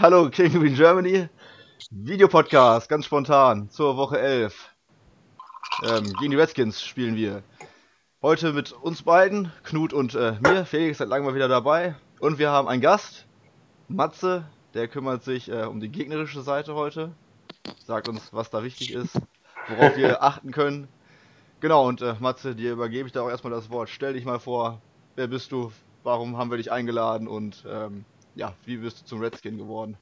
Hallo, King in Germany. Videopodcast, ganz spontan, zur Woche 11. Gegen die Redskins spielen wir. Heute mit uns beiden, Knut und mir. Felix ist seit langem mal wieder dabei. Und wir haben einen Gast, Matze, der kümmert sich um die gegnerische Seite heute. Sagt uns, was da wichtig ist, worauf wir achten können. Genau, und Matze, dir übergebe ich da auch erstmal das Wort. Stell dich mal vor, wer bist du, warum haben wir dich eingeladen und wie bist du zum Redskin geworden?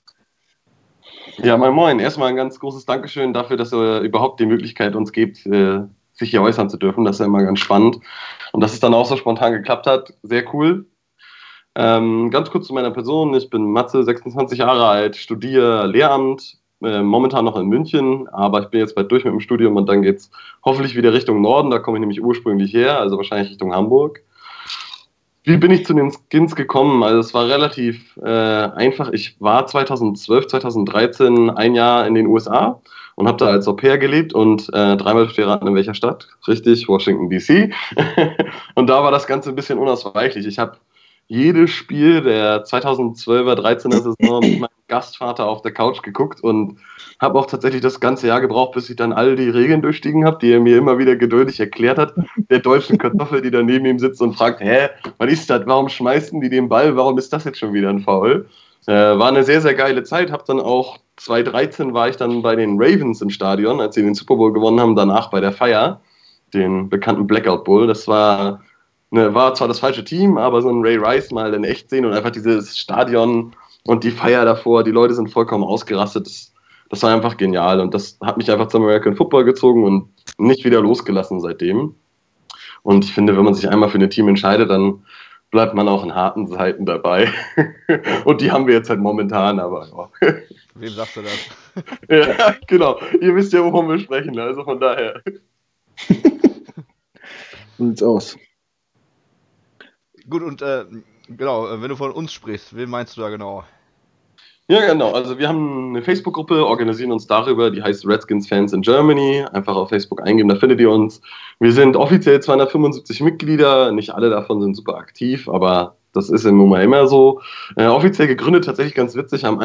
Ja, moin. Erstmal ein ganz großes Dankeschön dafür, dass ihr überhaupt die Möglichkeit uns gebt, sich hier äußern zu dürfen. Das ist ja immer ganz spannend. Und dass es dann auch so spontan geklappt hat, sehr cool. Ganz kurz zu meiner Person. Ich bin Matze, 26 Jahre alt, studiere Lehramt, momentan noch in München, aber ich bin jetzt bald durch mit dem Studium und dann geht es hoffentlich wieder Richtung Norden. Da komme ich nämlich ursprünglich her, also wahrscheinlich Richtung Hamburg. Wie bin ich zu den Skins gekommen? Also es war relativ einfach. Ich war 2012, 2013 ein Jahr in den USA und habe da als Au-pair gelebt und dreimal verraten, in welcher Stadt. Richtig, Washington DC. Und da war das Ganze ein bisschen unausweichlich. Ich habe jedes Spiel der 2012er, 13er Saison mit meinem Gastvater auf der Couch geguckt und habe auch tatsächlich das ganze Jahr gebraucht, bis ich dann all die Regeln durchstiegen habe, die er mir immer wieder geduldig erklärt hat. Der deutschen Kartoffel, die da neben ihm sitzt und fragt, was ist das? Warum schmeißen die den Ball? Warum ist das jetzt schon wieder ein Foul? War eine sehr, sehr geile Zeit. Habe dann auch 2013 war ich dann bei den Ravens im Stadion, als sie den Super Bowl gewonnen haben, danach bei der Feier, den bekannten Blackout Bowl. Das war zwar das falsche Team, aber so ein Ray Rice mal in echt sehen und einfach dieses Stadion und die Feier davor, die Leute sind vollkommen ausgerastet. Das war einfach genial und das hat mich einfach zum American Football gezogen und nicht wieder losgelassen seitdem. Und ich finde, wenn man sich einmal für ein Team entscheidet, dann bleibt man auch in harten Zeiten dabei. Und die haben wir jetzt halt momentan, aber ja. Wem sagst du das? Ja, genau. Ihr wisst ja, wovon wir sprechen, also von daher. So sieht's aus. Gut, und genau, wenn du von uns sprichst, wen meinst du da genau? Ja, genau. Also wir haben eine Facebook-Gruppe, organisieren uns darüber, die heißt Redskins Fans in Germany. Einfach auf Facebook eingeben, da findet ihr uns. Wir sind offiziell 275 Mitglieder, nicht alle davon sind super aktiv, aber das ist im Moment immer so. Offiziell gegründet, tatsächlich ganz witzig, am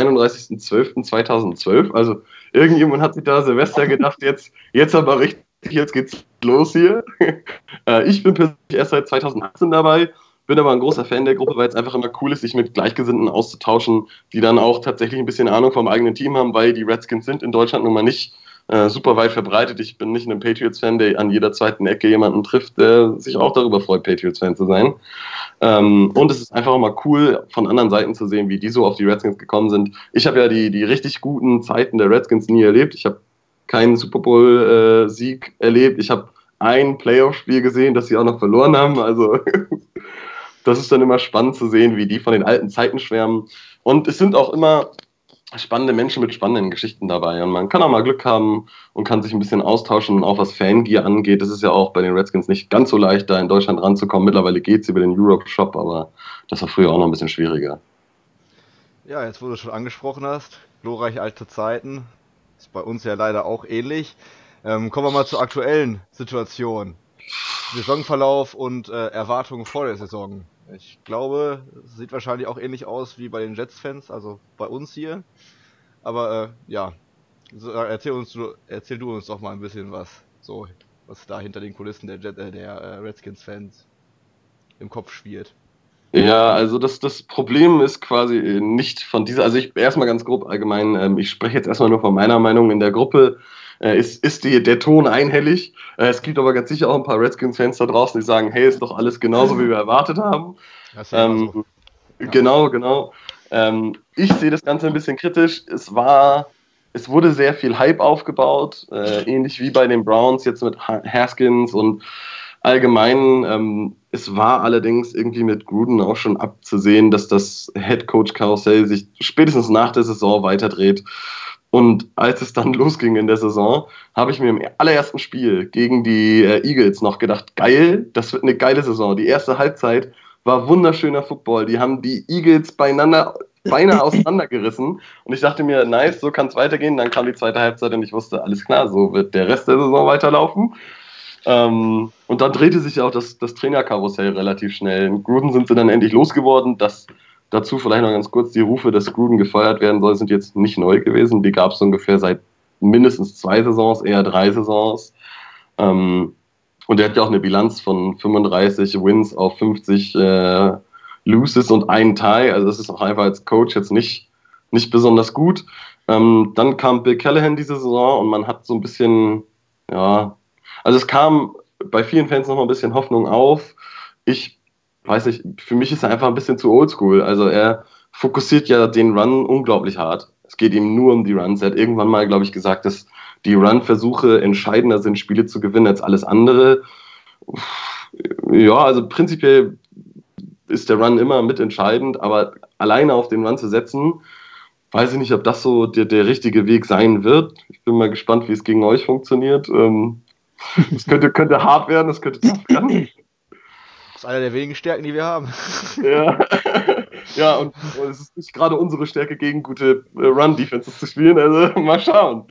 31.12.2012. Also irgendjemand hat sich da Silvester gedacht, jetzt aber richtig, jetzt geht's los hier. Ich bin persönlich erst seit 2018 dabei. Bin aber ein großer Fan der Gruppe, weil es einfach immer cool ist, sich mit Gleichgesinnten auszutauschen, die dann auch tatsächlich ein bisschen Ahnung vom eigenen Team haben, weil die Redskins sind in Deutschland nun mal nicht super weit verbreitet. Ich bin nicht ein Patriots-Fan, der an jeder zweiten Ecke jemanden trifft, der sich auch darüber freut, Patriots-Fan zu sein. Und es ist einfach auch mal cool, von anderen Seiten zu sehen, wie die so auf die Redskins gekommen sind. Ich habe ja die richtig guten Zeiten der Redskins nie erlebt. Ich habe keinen Super Bowl-Sieg erlebt. Ich habe ein Playoff-Spiel gesehen, das sie auch noch verloren haben. Also das ist dann immer spannend zu sehen, wie die von den alten Zeiten schwärmen. Und es sind auch immer spannende Menschen mit spannenden Geschichten dabei. Und man kann auch mal Glück haben und kann sich ein bisschen austauschen, auch was Fangear angeht. Das ist ja auch bei den Redskins nicht ganz so leicht, da in Deutschland ranzukommen. Mittlerweile geht es über den Europe Shop, aber das war früher auch noch ein bisschen schwieriger. Ja, jetzt wo du es schon angesprochen hast, glorreiche alte Zeiten, ist bei uns ja leider auch ähnlich. Kommen wir mal zur aktuellen Situation. Saisonverlauf und Erwartungen vor der Saison. Ich glaube, es sieht wahrscheinlich auch ähnlich aus wie bei den Jets-Fans, also bei uns hier. Aber erzähl du uns doch mal ein bisschen was da hinter den Kulissen der Redskins-Fans im Kopf spielt. Ja, also das Problem ist quasi nicht von dieser, also ich erstmal ganz grob allgemein, ich spreche jetzt erstmal nur von meiner Meinung in der Gruppe, ist der Ton einhellig. Es gibt aber ganz sicher auch ein paar Redskins-Fans da draußen, die sagen, hey, ist doch alles genauso, wie wir erwartet haben. Das ist ja immer so. Genau. Ich sehe das Ganze ein bisschen kritisch. Es wurde sehr viel Hype aufgebaut, ähnlich wie bei den Browns jetzt mit Haskins und allgemein. Es war allerdings irgendwie mit Gruden auch schon abzusehen, dass das Head-Coach-Karussell sich spätestens nach der Saison weiterdreht. Und als es dann losging in der Saison, habe ich mir im allerersten Spiel gegen die Eagles noch gedacht, geil, das wird eine geile Saison. Die erste Halbzeit war wunderschöner Football. Die haben die Eagles beinahe auseinandergerissen. Und ich dachte mir, nice, so kann es weitergehen. Dann kam die zweite Halbzeit und ich wusste, alles klar, so wird der Rest der Saison weiterlaufen. Und dann drehte sich ja auch das Trainerkarussell relativ schnell. In Gruden sind sie dann endlich losgeworden. Das Dazu vielleicht noch ganz kurz, die Rufe, dass Gruden gefeuert werden soll, sind jetzt nicht neu gewesen. Die gab es ungefähr seit mindestens 2 Saisons, eher 3 Saisons. Und er hat ja auch eine Bilanz von 35 Wins auf 50 Loses und einen Tie. Also das ist auch einfach als Coach jetzt nicht besonders gut. Dann kam Bill Callahan diese Saison und man hat so ein bisschen, ja, also es kam bei vielen Fans noch mal ein bisschen Hoffnung auf. Ich weiß nicht, für mich ist er einfach ein bisschen zu oldschool. Also er fokussiert ja den Run unglaublich hart. Es geht ihm nur um die Runs. Er hat irgendwann mal, glaube ich, gesagt, dass die Run-Versuche entscheidender sind, Spiele zu gewinnen als alles andere. Ja, also prinzipiell ist der Run immer mitentscheidend, aber alleine auf den Run zu setzen, weiß ich nicht, ob das so der richtige Weg sein wird. Ich bin mal gespannt, wie es gegen euch funktioniert. Das könnte hart werden, das könnte tough werden. Das ist einer der wenigen Stärken, die wir haben. Ja, ja und es ist nicht gerade unsere Stärke, gegen gute Run-Defenses zu spielen, also mal schauen.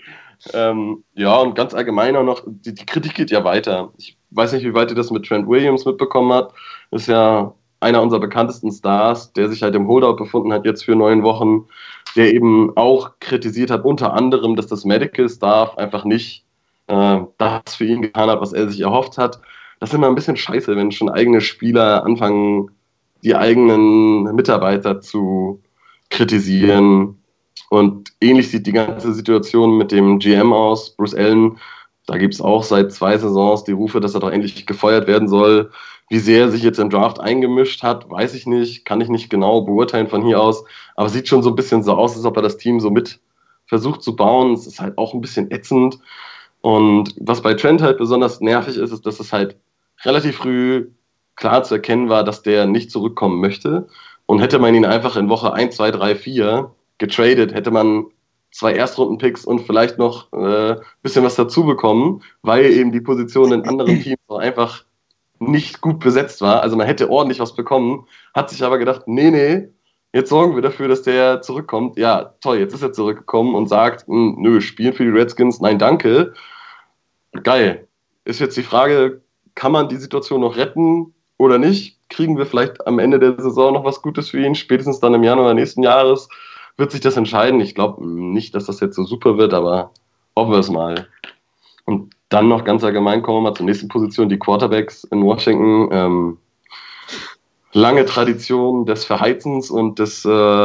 Ja, und ganz allgemein auch noch, die Kritik geht ja weiter. Ich weiß nicht, wie weit ihr das mit Trent Williams mitbekommen habt. Das ist ja einer unserer bekanntesten Stars, der sich halt im Holdout befunden hat jetzt für 9 Wochen, der eben auch kritisiert hat, unter anderem, dass das Medical Staff einfach nicht das für ihn getan hat, was er sich erhofft hat. Das ist immer ein bisschen scheiße, wenn schon eigene Spieler anfangen, die eigenen Mitarbeiter zu kritisieren. Und ähnlich sieht die ganze Situation mit dem GM aus, Bruce Allen. Da gibt es auch seit 2 Saisons die Rufe, dass er doch endlich gefeuert werden soll. Wie sehr er sich jetzt im Draft eingemischt hat, weiß ich nicht, kann ich nicht genau beurteilen von hier aus. Aber sieht schon so ein bisschen so aus, als ob er das Team so mit versucht zu bauen. Es ist halt auch ein bisschen ätzend. Und was bei Trent halt besonders nervig ist, ist, dass es halt relativ früh klar zu erkennen war, dass der nicht zurückkommen möchte. Und hätte man ihn einfach in Woche 1, 2, 3, 4 getradet, hätte man 2 Erstrunden-Picks und vielleicht noch ein bisschen was dazu bekommen, weil eben die Position in anderen Teams auch einfach nicht gut besetzt war. Also man hätte ordentlich was bekommen, hat sich aber gedacht, nee, jetzt sorgen wir dafür, dass der zurückkommt. Ja, toll, jetzt ist er zurückgekommen und sagt, nö, spielen für die Redskins, nein, danke. Geil. Ist jetzt die Frage, kann man die Situation noch retten oder nicht? Kriegen wir vielleicht am Ende der Saison noch was Gutes für ihn? Spätestens dann im Januar nächsten Jahres wird sich das entscheiden. Ich glaube nicht, dass das jetzt so super wird, aber hoffen wir es mal. Und dann noch ganz allgemein kommen wir mal zur nächsten Position, die Quarterbacks in Washington. Lange Tradition des Verheizens und des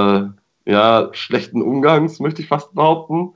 schlechten Umgangs, möchte ich fast behaupten.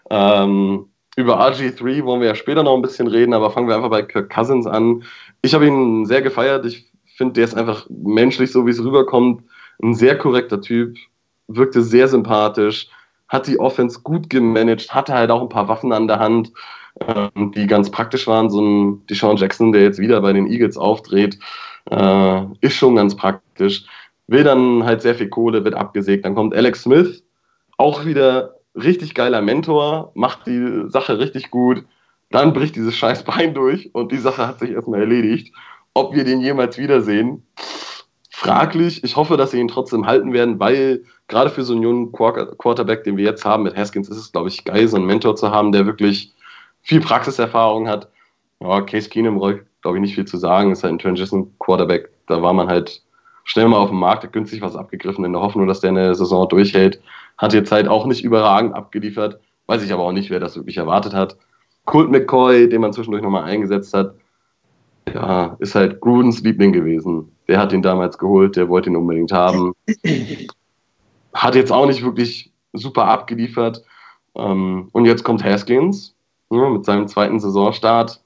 Über RG3 wollen wir ja später noch ein bisschen reden, aber fangen wir einfach bei Kirk Cousins an. Ich habe ihn sehr gefeiert. Ich finde, der ist einfach menschlich, so wie es rüberkommt, ein sehr korrekter Typ, wirkte sehr sympathisch, hat die Offense gut gemanagt, hatte halt auch ein paar Waffen an der Hand, die ganz praktisch waren. So ein Deshaun Jackson, der jetzt wieder bei den Eagles aufdreht, ist schon ganz praktisch. Will dann halt sehr viel Kohle, wird abgesägt. Dann kommt Alex Smith, auch wieder richtig geiler Mentor, macht die Sache richtig gut. Dann bricht dieses scheiß Bein durch und die Sache hat sich erstmal erledigt. Ob wir den jemals wiedersehen, fraglich. Ich hoffe, dass sie ihn trotzdem halten werden, weil gerade für so einen jungen Quarterback, den wir jetzt haben mit Haskins, ist es, glaube ich, geil, so einen Mentor zu haben, der wirklich viel Praxiserfahrung hat. Ja, Case Keenum brauche ich, glaube ich, nicht viel zu sagen. Ist halt ein Transition-Quarterback. Da war man halt schnell mal auf dem Markt, hat günstig was abgegriffen, in der Hoffnung, dass der eine Saison durchhält. Hat jetzt halt auch nicht überragend abgeliefert. Weiß ich aber auch nicht, wer das wirklich erwartet hat. Colt McCoy, den man zwischendurch nochmal eingesetzt hat, ja, ist halt Grudens Liebling gewesen. Der hat ihn damals geholt, der wollte ihn unbedingt haben. Hat jetzt auch nicht wirklich super abgeliefert. Und jetzt kommt Haskins mit seinem 2. Saisonstart.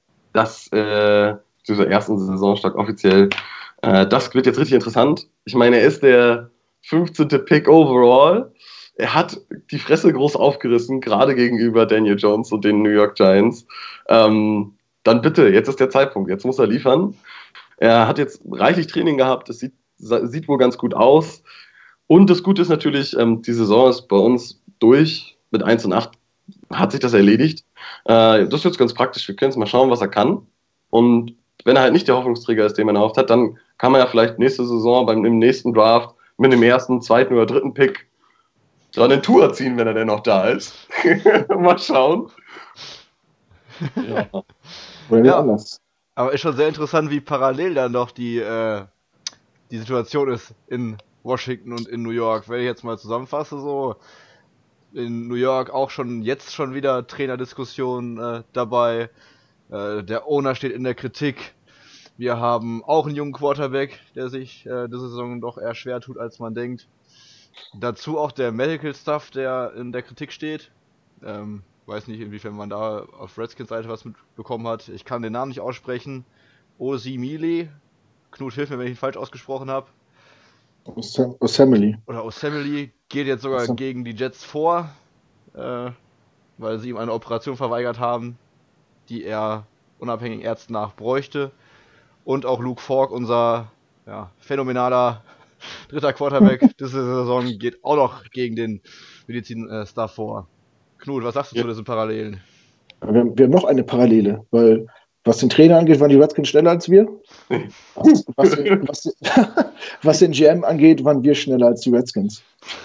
Dieser ersten Saisonstart offiziell. Das wird jetzt richtig interessant. Ich meine, er ist der 15. Pick overall. Er hat die Fresse groß aufgerissen, gerade gegenüber Daniel Jones und den New York Giants. Dann bitte, jetzt ist der Zeitpunkt, jetzt muss er liefern. Er hat jetzt reichlich Training gehabt, das sieht wohl ganz gut aus. Und das Gute ist natürlich, die Saison ist bei uns durch, mit 1-8 hat sich das erledigt. Das ist jetzt ganz praktisch, wir können jetzt mal schauen, was er kann. Und wenn er halt nicht der Hoffnungsträger ist, den man erhofft hat, dann kann man ja vielleicht nächste Saison im nächsten Draft mit dem 1., 2. oder 3. Pick so eine Tour ziehen, wenn er denn noch da ist. Mal schauen. Ja. Oder ja, anders. Aber ist schon sehr interessant, wie parallel dann doch die Situation ist in Washington und in New York. Wenn ich jetzt mal zusammenfasse, so in New York auch schon wieder Trainerdiskussionen dabei. Der Owner steht in der Kritik. Wir haben auch einen jungen Quarterback, der sich diese Saison doch eher schwer tut, als man denkt. Dazu auch der Medical Staff, der in der Kritik steht. Weiß nicht, inwiefern man da auf Redskins Seite was mitbekommen hat. Ich kann den Namen nicht aussprechen. Osimile. Knut, hilf mir, wenn ich ihn falsch ausgesprochen habe. Osemele. Oder Osemele geht jetzt sogar gegen die Jets vor, weil sie ihm eine Operation verweigert haben, die er unabhängigen Ärzten nach bräuchte. Und auch Luke Falk, unser phänomenaler dritter Quarterback diese Saison, geht auch noch gegen den Medizin-Staff vor. Knut, was sagst du zu diesen Parallelen? Wir haben noch eine Parallele, weil was den Trainer angeht, waren die Redskins schneller als wir. Was den GM angeht, waren wir schneller als die Redskins.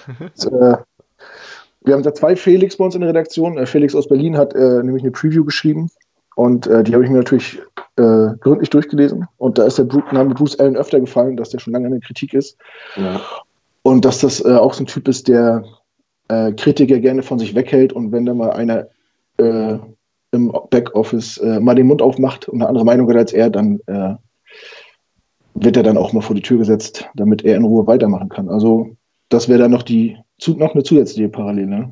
Wir haben da 2 Felix bei uns in der Redaktion. Felix aus Berlin hat nämlich eine Preview geschrieben und die habe ich mir natürlich gründlich durchgelesen. Und da ist der Name Bruce Allen öfter gefallen, dass der schon lange in der Kritik ist. Ja. Und dass das auch so ein Typ ist, der Kritiker gerne von sich weghält und wenn da mal einer im Backoffice mal den Mund aufmacht und eine andere Meinung hat als er, dann wird er dann auch mal vor die Tür gesetzt, damit er in Ruhe weitermachen kann. Also das wäre dann noch eine zusätzliche Parallele.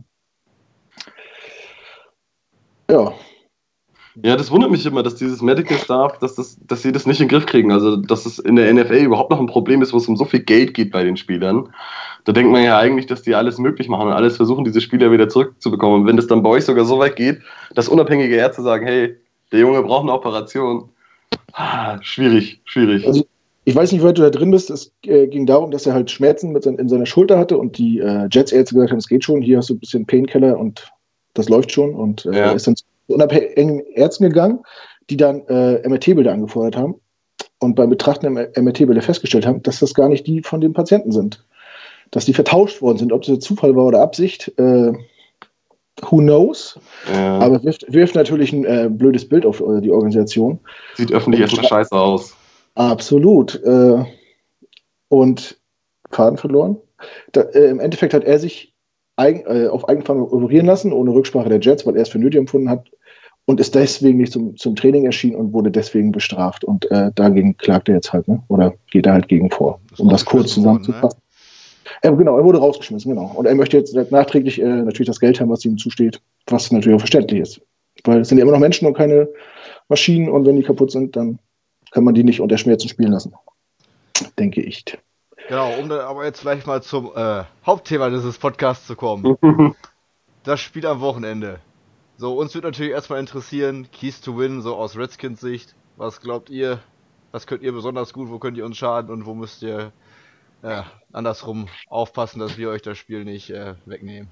Ja. Ja, das wundert mich immer, dass dieses Medical Staff, dass sie das nicht in den Griff kriegen. Also, dass es in der NFL überhaupt noch ein Problem ist, wo es um so viel Geld geht bei den Spielern. Da denkt man ja eigentlich, dass die alles möglich machen und alles versuchen, diese Spieler wieder zurückzubekommen. Und wenn das dann bei euch sogar so weit geht, dass unabhängige Ärzte sagen, hey, der Junge braucht eine Operation. Schwierig. Also, ich weiß nicht, wie weit du da drin bist. Es ging darum, dass er halt Schmerzen in seiner Schulter hatte und die Jets-Ärzte gesagt haben, es geht schon. Hier hast du ein bisschen Painkiller und das läuft schon. Und er ist dann zu unabhängigen Ärzten gegangen, die dann MRT-Bilder angefordert haben und beim Betrachten der MRT-Bilder festgestellt haben, dass das gar nicht die von den Patienten sind. Dass die vertauscht worden sind. Ob das Zufall war oder Absicht, who knows? Ja. Aber wirft natürlich ein blödes Bild auf die Organisation. Sieht öffentlich erstmal scheiße aus. Absolut. Und Faden verloren. Im Endeffekt hat er sich auf Eigenverantwortung operieren lassen, ohne Rücksprache der Jets, weil er es für nötig empfunden hat und ist deswegen nicht zum Training erschienen und wurde deswegen bestraft. Und dagegen klagt er jetzt halt, ne? Oder geht er halt gegen vor, um das kurz zusammenzufassen. Ne? Genau, er wurde rausgeschmissen, genau. Und er möchte jetzt nachträglich natürlich das Geld haben, was ihm zusteht, was natürlich auch verständlich ist. Weil es sind ja immer noch Menschen und keine Maschinen und wenn die kaputt sind, dann kann man die nicht unter Schmerzen spielen lassen. Denke ich. Genau, um dann aber jetzt gleich mal zum Hauptthema dieses Podcasts zu kommen. Das Spiel am Wochenende. So, uns wird natürlich erstmal interessieren, Keys to Win, so aus Redskins Sicht. Was glaubt ihr? Was könnt ihr besonders gut? Wo könnt ihr uns schaden? Und wo müsst ihr andersrum aufpassen, dass wir euch das Spiel nicht wegnehmen?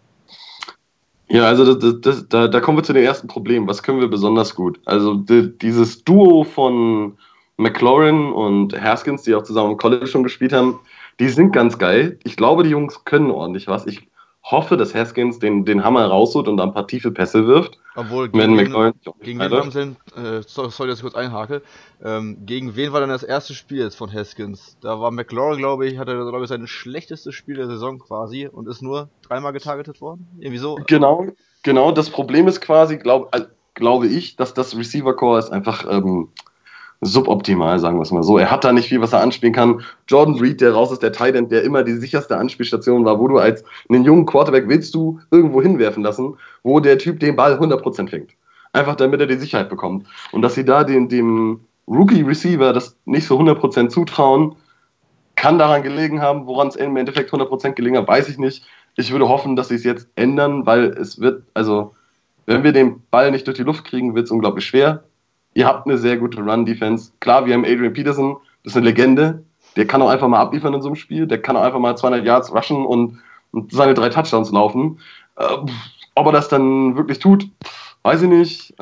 Ja, also da kommen wir zu dem ersten Problem. Was können wir besonders gut? Also dieses Duo von McLaurin und Haskins, die auch zusammen im College schon gespielt haben, die sind ganz geil. Ich glaube, die Jungs können ordentlich was. Ich hoffe, dass Haskins den Hammer rausholt und da ein paar tiefe Pässe wirft. Obwohl, gegen wen haben sie denn, sorry, dass ich kurz einhake, gegen wen war denn das erste Spiel jetzt von Haskins? Da war McLaurin, glaube ich, sein schlechtestes Spiel der Saison quasi und ist nur 3-mal getargetet worden? Irgendwie so? Genau, das Problem ist quasi, glaube ich, dass das Receiver-Core ist einfach suboptimal, sagen wir es mal so. Er hat da nicht viel, was er anspielen kann. Jordan Reed, der raus ist, der Tight End, der immer die sicherste Anspielstation war, wo du als einen jungen Quarterback willst du irgendwo hinwerfen lassen, wo der Typ den Ball 100% fängt. Einfach damit er die Sicherheit bekommt. Und dass sie da dem Rookie-Receiver das nicht so 100% zutrauen, kann daran gelegen haben, woran es im Endeffekt 100% gelegen hat, weiß ich nicht. Ich würde hoffen, dass sie es jetzt ändern, weil es wird, also wenn wir den Ball nicht durch die Luft kriegen, wird es unglaublich schwer. Ihr habt eine sehr gute Run-Defense. Klar, wir haben Adrian Peterson, das ist eine Legende. Der kann auch einfach mal abliefern in so einem Spiel. Der kann auch einfach mal 200 Yards rushen und seine 3 Touchdowns laufen. Ob er das dann wirklich tut, weiß ich nicht.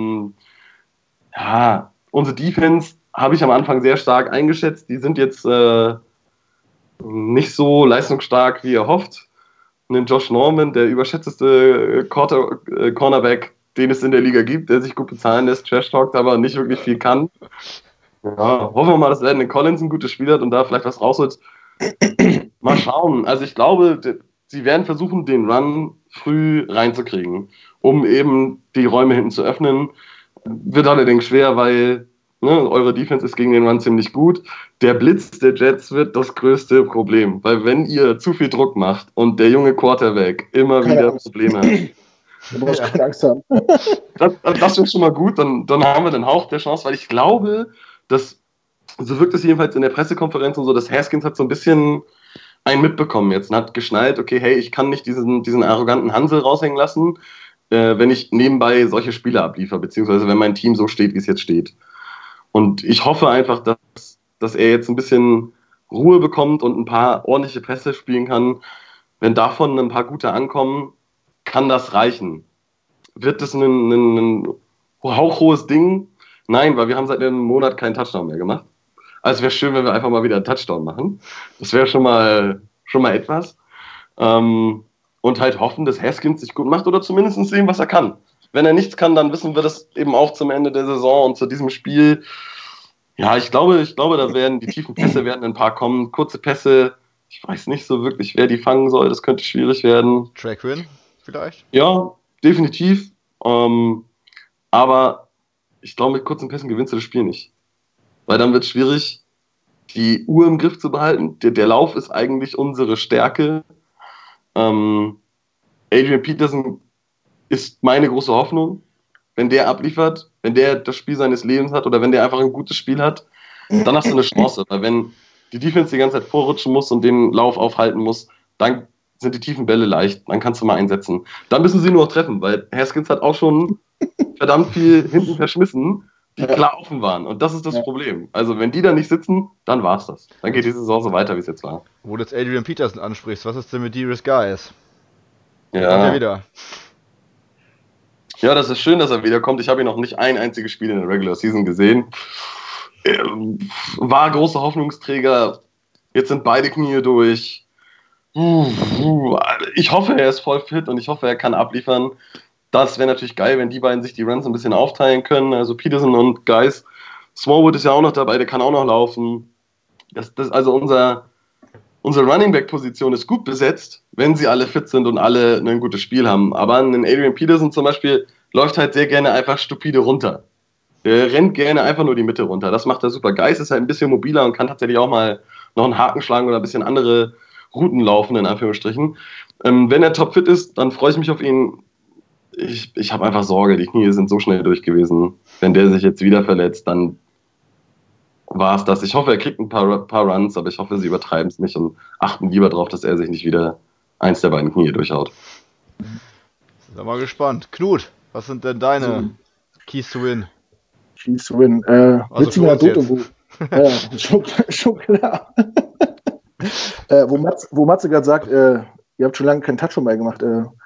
Unsere Defense habe ich am Anfang sehr stark eingeschätzt. Die sind jetzt nicht so leistungsstark, wie erhofft. Einen Josh Norman, der überschätzteste Cornerback, den es in der Liga gibt, der sich gut bezahlen lässt, Trash-talkt, aber nicht wirklich viel kann. Ja, hoffen wir mal, dass Landon Collins ein gutes Spiel hat und da vielleicht was rausholt. Mal schauen. Also ich glaube, sie werden versuchen, den Run früh reinzukriegen, um eben die Räume hinten zu öffnen. Wird allerdings schwer, weil eure Defense ist gegen den Run ziemlich gut. Der Blitz der Jets wird das größte Problem, weil wenn ihr zu viel Druck macht und der junge Quarterback immer Keine wieder Angst. Probleme hat, Du brauchst Ja. keine Angst haben. das wäre schon mal gut, dann haben wir den Hauch der Chance, weil ich glaube, dass, so wirkt es jedenfalls in der Pressekonferenz und so, dass Haskins hat so ein bisschen einen mitbekommen jetzt und hat geschnallt, okay, hey, ich kann nicht diesen arroganten Hansel raushängen lassen, wenn ich nebenbei solche Spiele abliefere, beziehungsweise wenn mein Team so steht, wie es jetzt steht. Und ich hoffe einfach, dass er jetzt ein bisschen Ruhe bekommt und ein paar ordentliche Pässe spielen kann. Wenn davon ein paar gute ankommen, kann das reichen. Wird das ein hauchhohes Ding? Nein, weil wir haben seit einem Monat keinen Touchdown mehr gemacht. Also es wäre schön, wenn wir einfach mal wieder einen Touchdown machen. Das wäre schon mal etwas. Und halt hoffen, dass Haskins sich gut macht oder zumindest sehen, was er kann. Wenn er nichts kann, dann wissen wir das eben auch zum Ende der Saison und zu diesem Spiel. Ja, ich glaube, da werden die tiefen Pässe werden ein paar kommen. Kurze Pässe, ich weiß nicht so wirklich, wer die fangen soll. Das könnte schwierig werden. Trey Quinn vielleicht? Ja, definitiv. Aber ich glaube, mit kurzen Pässen gewinnst du das Spiel nicht. Weil dann wird es schwierig, die Uhr im Griff zu behalten. Der Lauf ist eigentlich unsere Stärke. Adrian Peterson ist meine große Hoffnung. Wenn der abliefert, wenn der das Spiel seines Lebens hat oder wenn der einfach ein gutes Spiel hat, dann hast du eine Chance. Weil wenn die Defense die ganze Zeit vorrutschen muss und den Lauf aufhalten muss, dann sind die tiefen Bälle leicht. Dann kannst du mal einsetzen. Dann müssen sie nur noch treffen, weil Haskins hat auch schon verdammt viel hinten verschmissen, die klar offen waren. Und das ist das Problem. Also wenn die da nicht sitzen, dann war's das. Dann geht die Saison so weiter, wie es jetzt war. Wo du jetzt Adrian Peterson ansprichst, was ist denn mit Darius Guys? Kommt Ja. er wieder? Ja, das ist schön, dass er wiederkommt. Ich habe ihn noch nicht ein einziges Spiel in der Regular Season gesehen. War großer Hoffnungsträger. Jetzt sind beide Knie durch. Ich hoffe, er ist voll fit und ich hoffe, er kann abliefern. Das wäre natürlich geil, wenn die beiden sich die Runs ein bisschen aufteilen können. Also Peterson und Guys. Smallwood ist ja auch noch dabei, der kann auch noch laufen. Also unsere Running Back Position ist gut besetzt, wenn sie alle fit sind und alle ein gutes Spiel haben. Aber ein Adrian Peterson zum Beispiel läuft halt sehr gerne einfach stupide runter. Der rennt gerne einfach nur die Mitte runter. Das macht er super. Guys ist halt ein bisschen mobiler und kann tatsächlich auch mal noch einen Haken schlagen oder ein bisschen andere Routen laufen, in Anführungsstrichen. Wenn er topfit ist, dann freue ich mich auf ihn. Ich habe einfach Sorge, die Knie sind so schnell durch gewesen. Wenn der sich jetzt wieder verletzt, dann war es das. Ich hoffe, er kriegt ein paar Runs, aber ich hoffe, sie übertreiben es nicht und achten lieber darauf, dass er sich nicht wieder eins der beiden Knie durchhaut. Sind wir mal gespannt. Knut, was sind denn deine Keys to Win? Keys to Win. Also Witzige Anekdote, wo schon klar. Wo Matze gerade sagt, ihr habt schon lange keinen Touchdown mehr gemacht.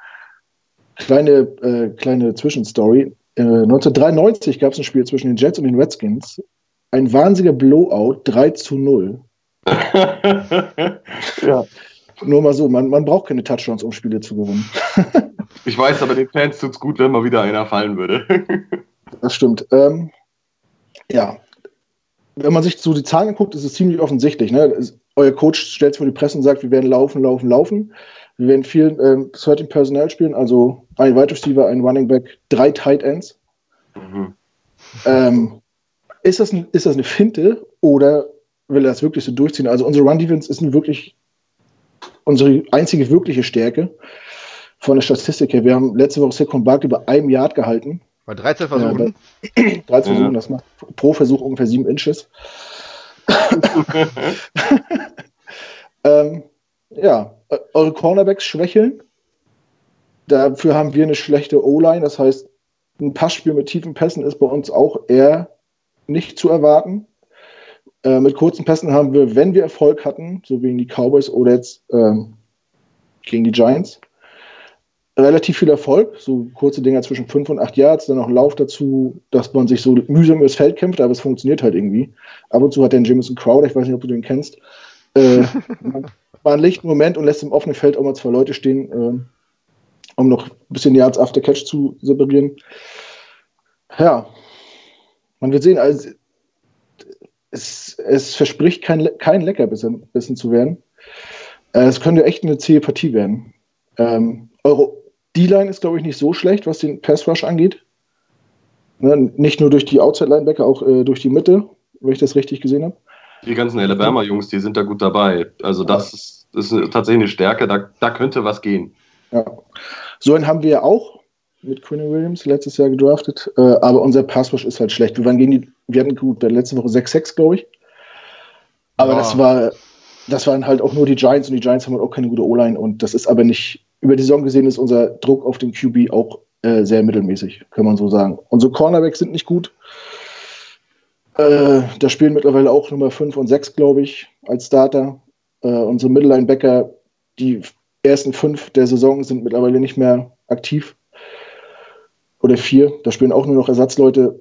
Kleine Zwischenstory. 1993 gab es ein Spiel zwischen den Jets und den Redskins. Ein wahnsinniger Blowout, 3-0. Ja. Nur mal so, man braucht keine Touchdowns, um Spiele zu gewinnen. Ich weiß, aber den Fans tut es gut, wenn mal wieder einer fallen würde. Das stimmt. Ja. Wenn man sich so die Zahlen anguckt, ist es ziemlich offensichtlich. Ne? Euer Coach stellt sich vor die Presse und sagt, wir werden laufen. Wir werden viel Certain Personnel spielen, also ein Wide Receiver, ein Running Back, 3 Tight Ends. Ist das eine Finte oder will er das wirklich so durchziehen? Also unsere Run-Defense ist wirklich unsere einzige wirkliche Stärke von der Statistik her. Wir haben letzte Woche Saquon Barkley bei 1 Yard gehalten. Bei 13 Versuchen? 13 Versuchen, das macht pro Versuch ungefähr 7 Inches. Ja, eure Cornerbacks schwächeln. Dafür haben wir eine schlechte O-Line. Das heißt, ein Passspiel mit tiefen Pässen ist bei uns auch eher nicht zu erwarten. Mit kurzen Pässen haben wir, wenn wir Erfolg hatten, so gegen die Cowboys oder jetzt gegen die Giants, relativ viel Erfolg. So kurze Dinger zwischen 5 und 8 Yards, dann noch Lauf dazu, dass man sich so mühsam übers Feld kämpft, aber es funktioniert halt irgendwie. Ab und zu hat der Jamison Crowder, ich weiß nicht, ob du den kennst, mal einen lichten Moment und lässt im offenen Feld auch mal 2 Leute stehen, um noch ein bisschen Yards after Catch zu separieren. Ja, man wird sehen, also es verspricht kein Leckerbissen zu werden. Es könnte echt eine zähe Partie werden. Eure D-Line ist, glaube ich, nicht so schlecht, was den Pass-Rush angeht. Ne, nicht nur durch die Outside-Linebacker, auch durch die Mitte, wenn ich das richtig gesehen habe. Die ganzen Alabama-Jungs, die sind da gut dabei. Also das ist tatsächlich eine Stärke, da könnte was gehen. Ja. So einen haben wir ja auch mit Quinn Williams letztes Jahr gedraftet, aber unser Pass-Rush ist halt schlecht. Wir hatten gut, letzte Woche 6-6, glaube ich. Aber das waren halt auch nur die Giants und die Giants haben halt auch keine gute O-Line und das ist aber nicht, über die Saison gesehen ist unser Druck auf den QB auch sehr mittelmäßig, kann man so sagen. Unsere Cornerbacks sind nicht gut. Da spielen mittlerweile auch Nummer 5 und 6, glaube ich, als Starter. Unsere Middle-Linebacker, die ersten 5 der Saison sind mittlerweile nicht mehr aktiv. Oder 4, da spielen auch nur noch Ersatzleute.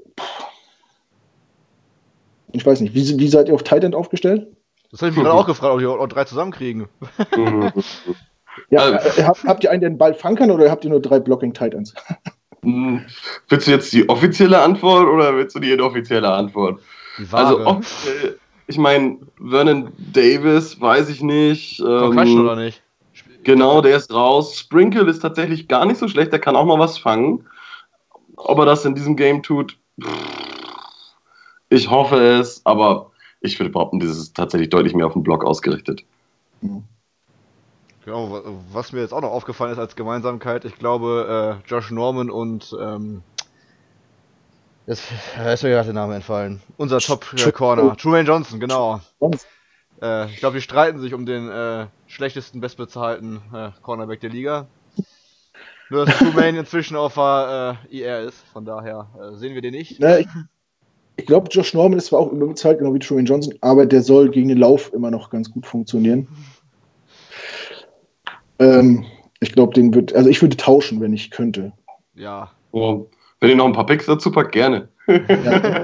Ich weiß nicht, wie seid ihr auf Tight End aufgestellt? Das habe ich mich gerade auch gefragt, ob die auch 3 zusammenkriegen. Ja, habt ihr einen, der den Ball fangen kann, oder habt ihr nur 3 Blocking Tight Ends? Willst du jetzt die offizielle Antwort oder willst du die inoffizielle Antwort? Die Ware. Also, ich meine, Vernon Davis, weiß ich nicht. Concussion oder nicht? Genau, der ist raus. Sprinkle ist tatsächlich gar nicht so schlecht, der kann auch mal was fangen. Ob er das in diesem Game tut, ich hoffe es, aber ich würde behaupten, das ist tatsächlich deutlich mehr auf den Block ausgerichtet. Genau, was mir jetzt auch noch aufgefallen ist als Gemeinsamkeit, ich glaube, Josh Norman und jetzt ist mir gerade der Name entfallen. Unser Top-Corner, Trumaine Johnson, genau. Ich glaube, die streiten sich um den schlechtesten, bestbezahlten Cornerback der Liga. Nur, dass Trumaine inzwischen auf der IR ist, von daher sehen wir den nicht. Ne, ich glaube, Josh Norman ist zwar auch überbezahlt, genau wie Trumaine Johnson, aber der soll gegen den Lauf immer noch ganz gut funktionieren. Ich glaube, ich würde tauschen, wenn ich könnte. Ja. Oh, wenn ihr noch ein paar Picks dazu packt, gerne. Ja.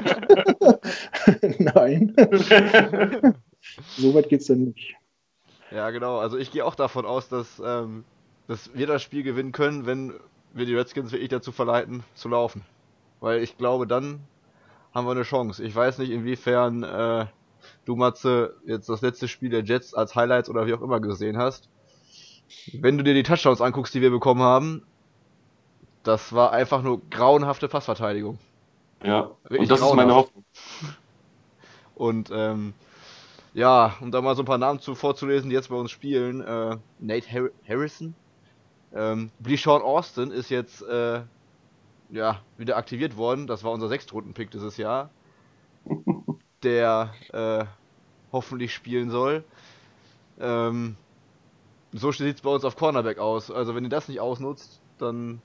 Nein. So weit geht's dann nicht. Ja, genau. Also ich gehe auch davon aus, dass wir das Spiel gewinnen können, wenn wir die Redskins wirklich dazu verleiten, zu laufen. Weil ich glaube, dann haben wir eine Chance. Ich weiß nicht, inwiefern du, Matze, jetzt das letzte Spiel der Jets als Highlights oder wie auch immer gesehen hast. Wenn du dir die Touchdowns anguckst, die wir bekommen haben, das war einfach nur grauenhafte Passverteidigung. Ja, Wirklich und das grauenhaft. ist meine Hoffnung. Und ja, um da mal so ein paar Namen vorzulesen, die jetzt bei uns spielen. Nate Harrison. Bleashawn Austin ist jetzt wieder aktiviert worden. Das war unser 6-Runden-Pick dieses Jahr. Der hoffentlich spielen soll. So sieht es bei uns auf Cornerback aus. Also wenn ihr das nicht ausnutzt, dann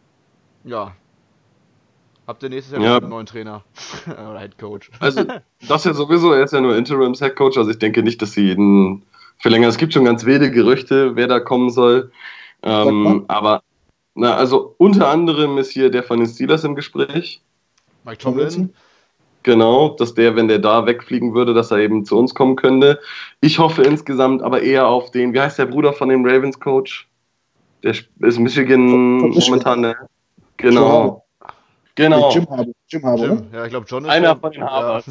habt ihr nächstes Jahr einen neuen Trainer oder Head Coach. Also das ja sowieso, er ist ja nur Interims Head Coach, also ich denke nicht, dass sie jeden verlängern. Es gibt schon ganz wilde Gerüchte, wer da kommen soll. Aber also unter anderem ist hier der von den Steelers im Gespräch. Mike Tomlin. Genau, dass wenn der da wegfliegen würde, dass er eben zu uns kommen könnte. Ich hoffe insgesamt aber eher auf den, wie heißt der Bruder von dem Ravens Coach? Der ist Michigan momentan, genau. Genau. Jim Harbaugh. Ja, ich glaube, John ist einer von den Harbaughs.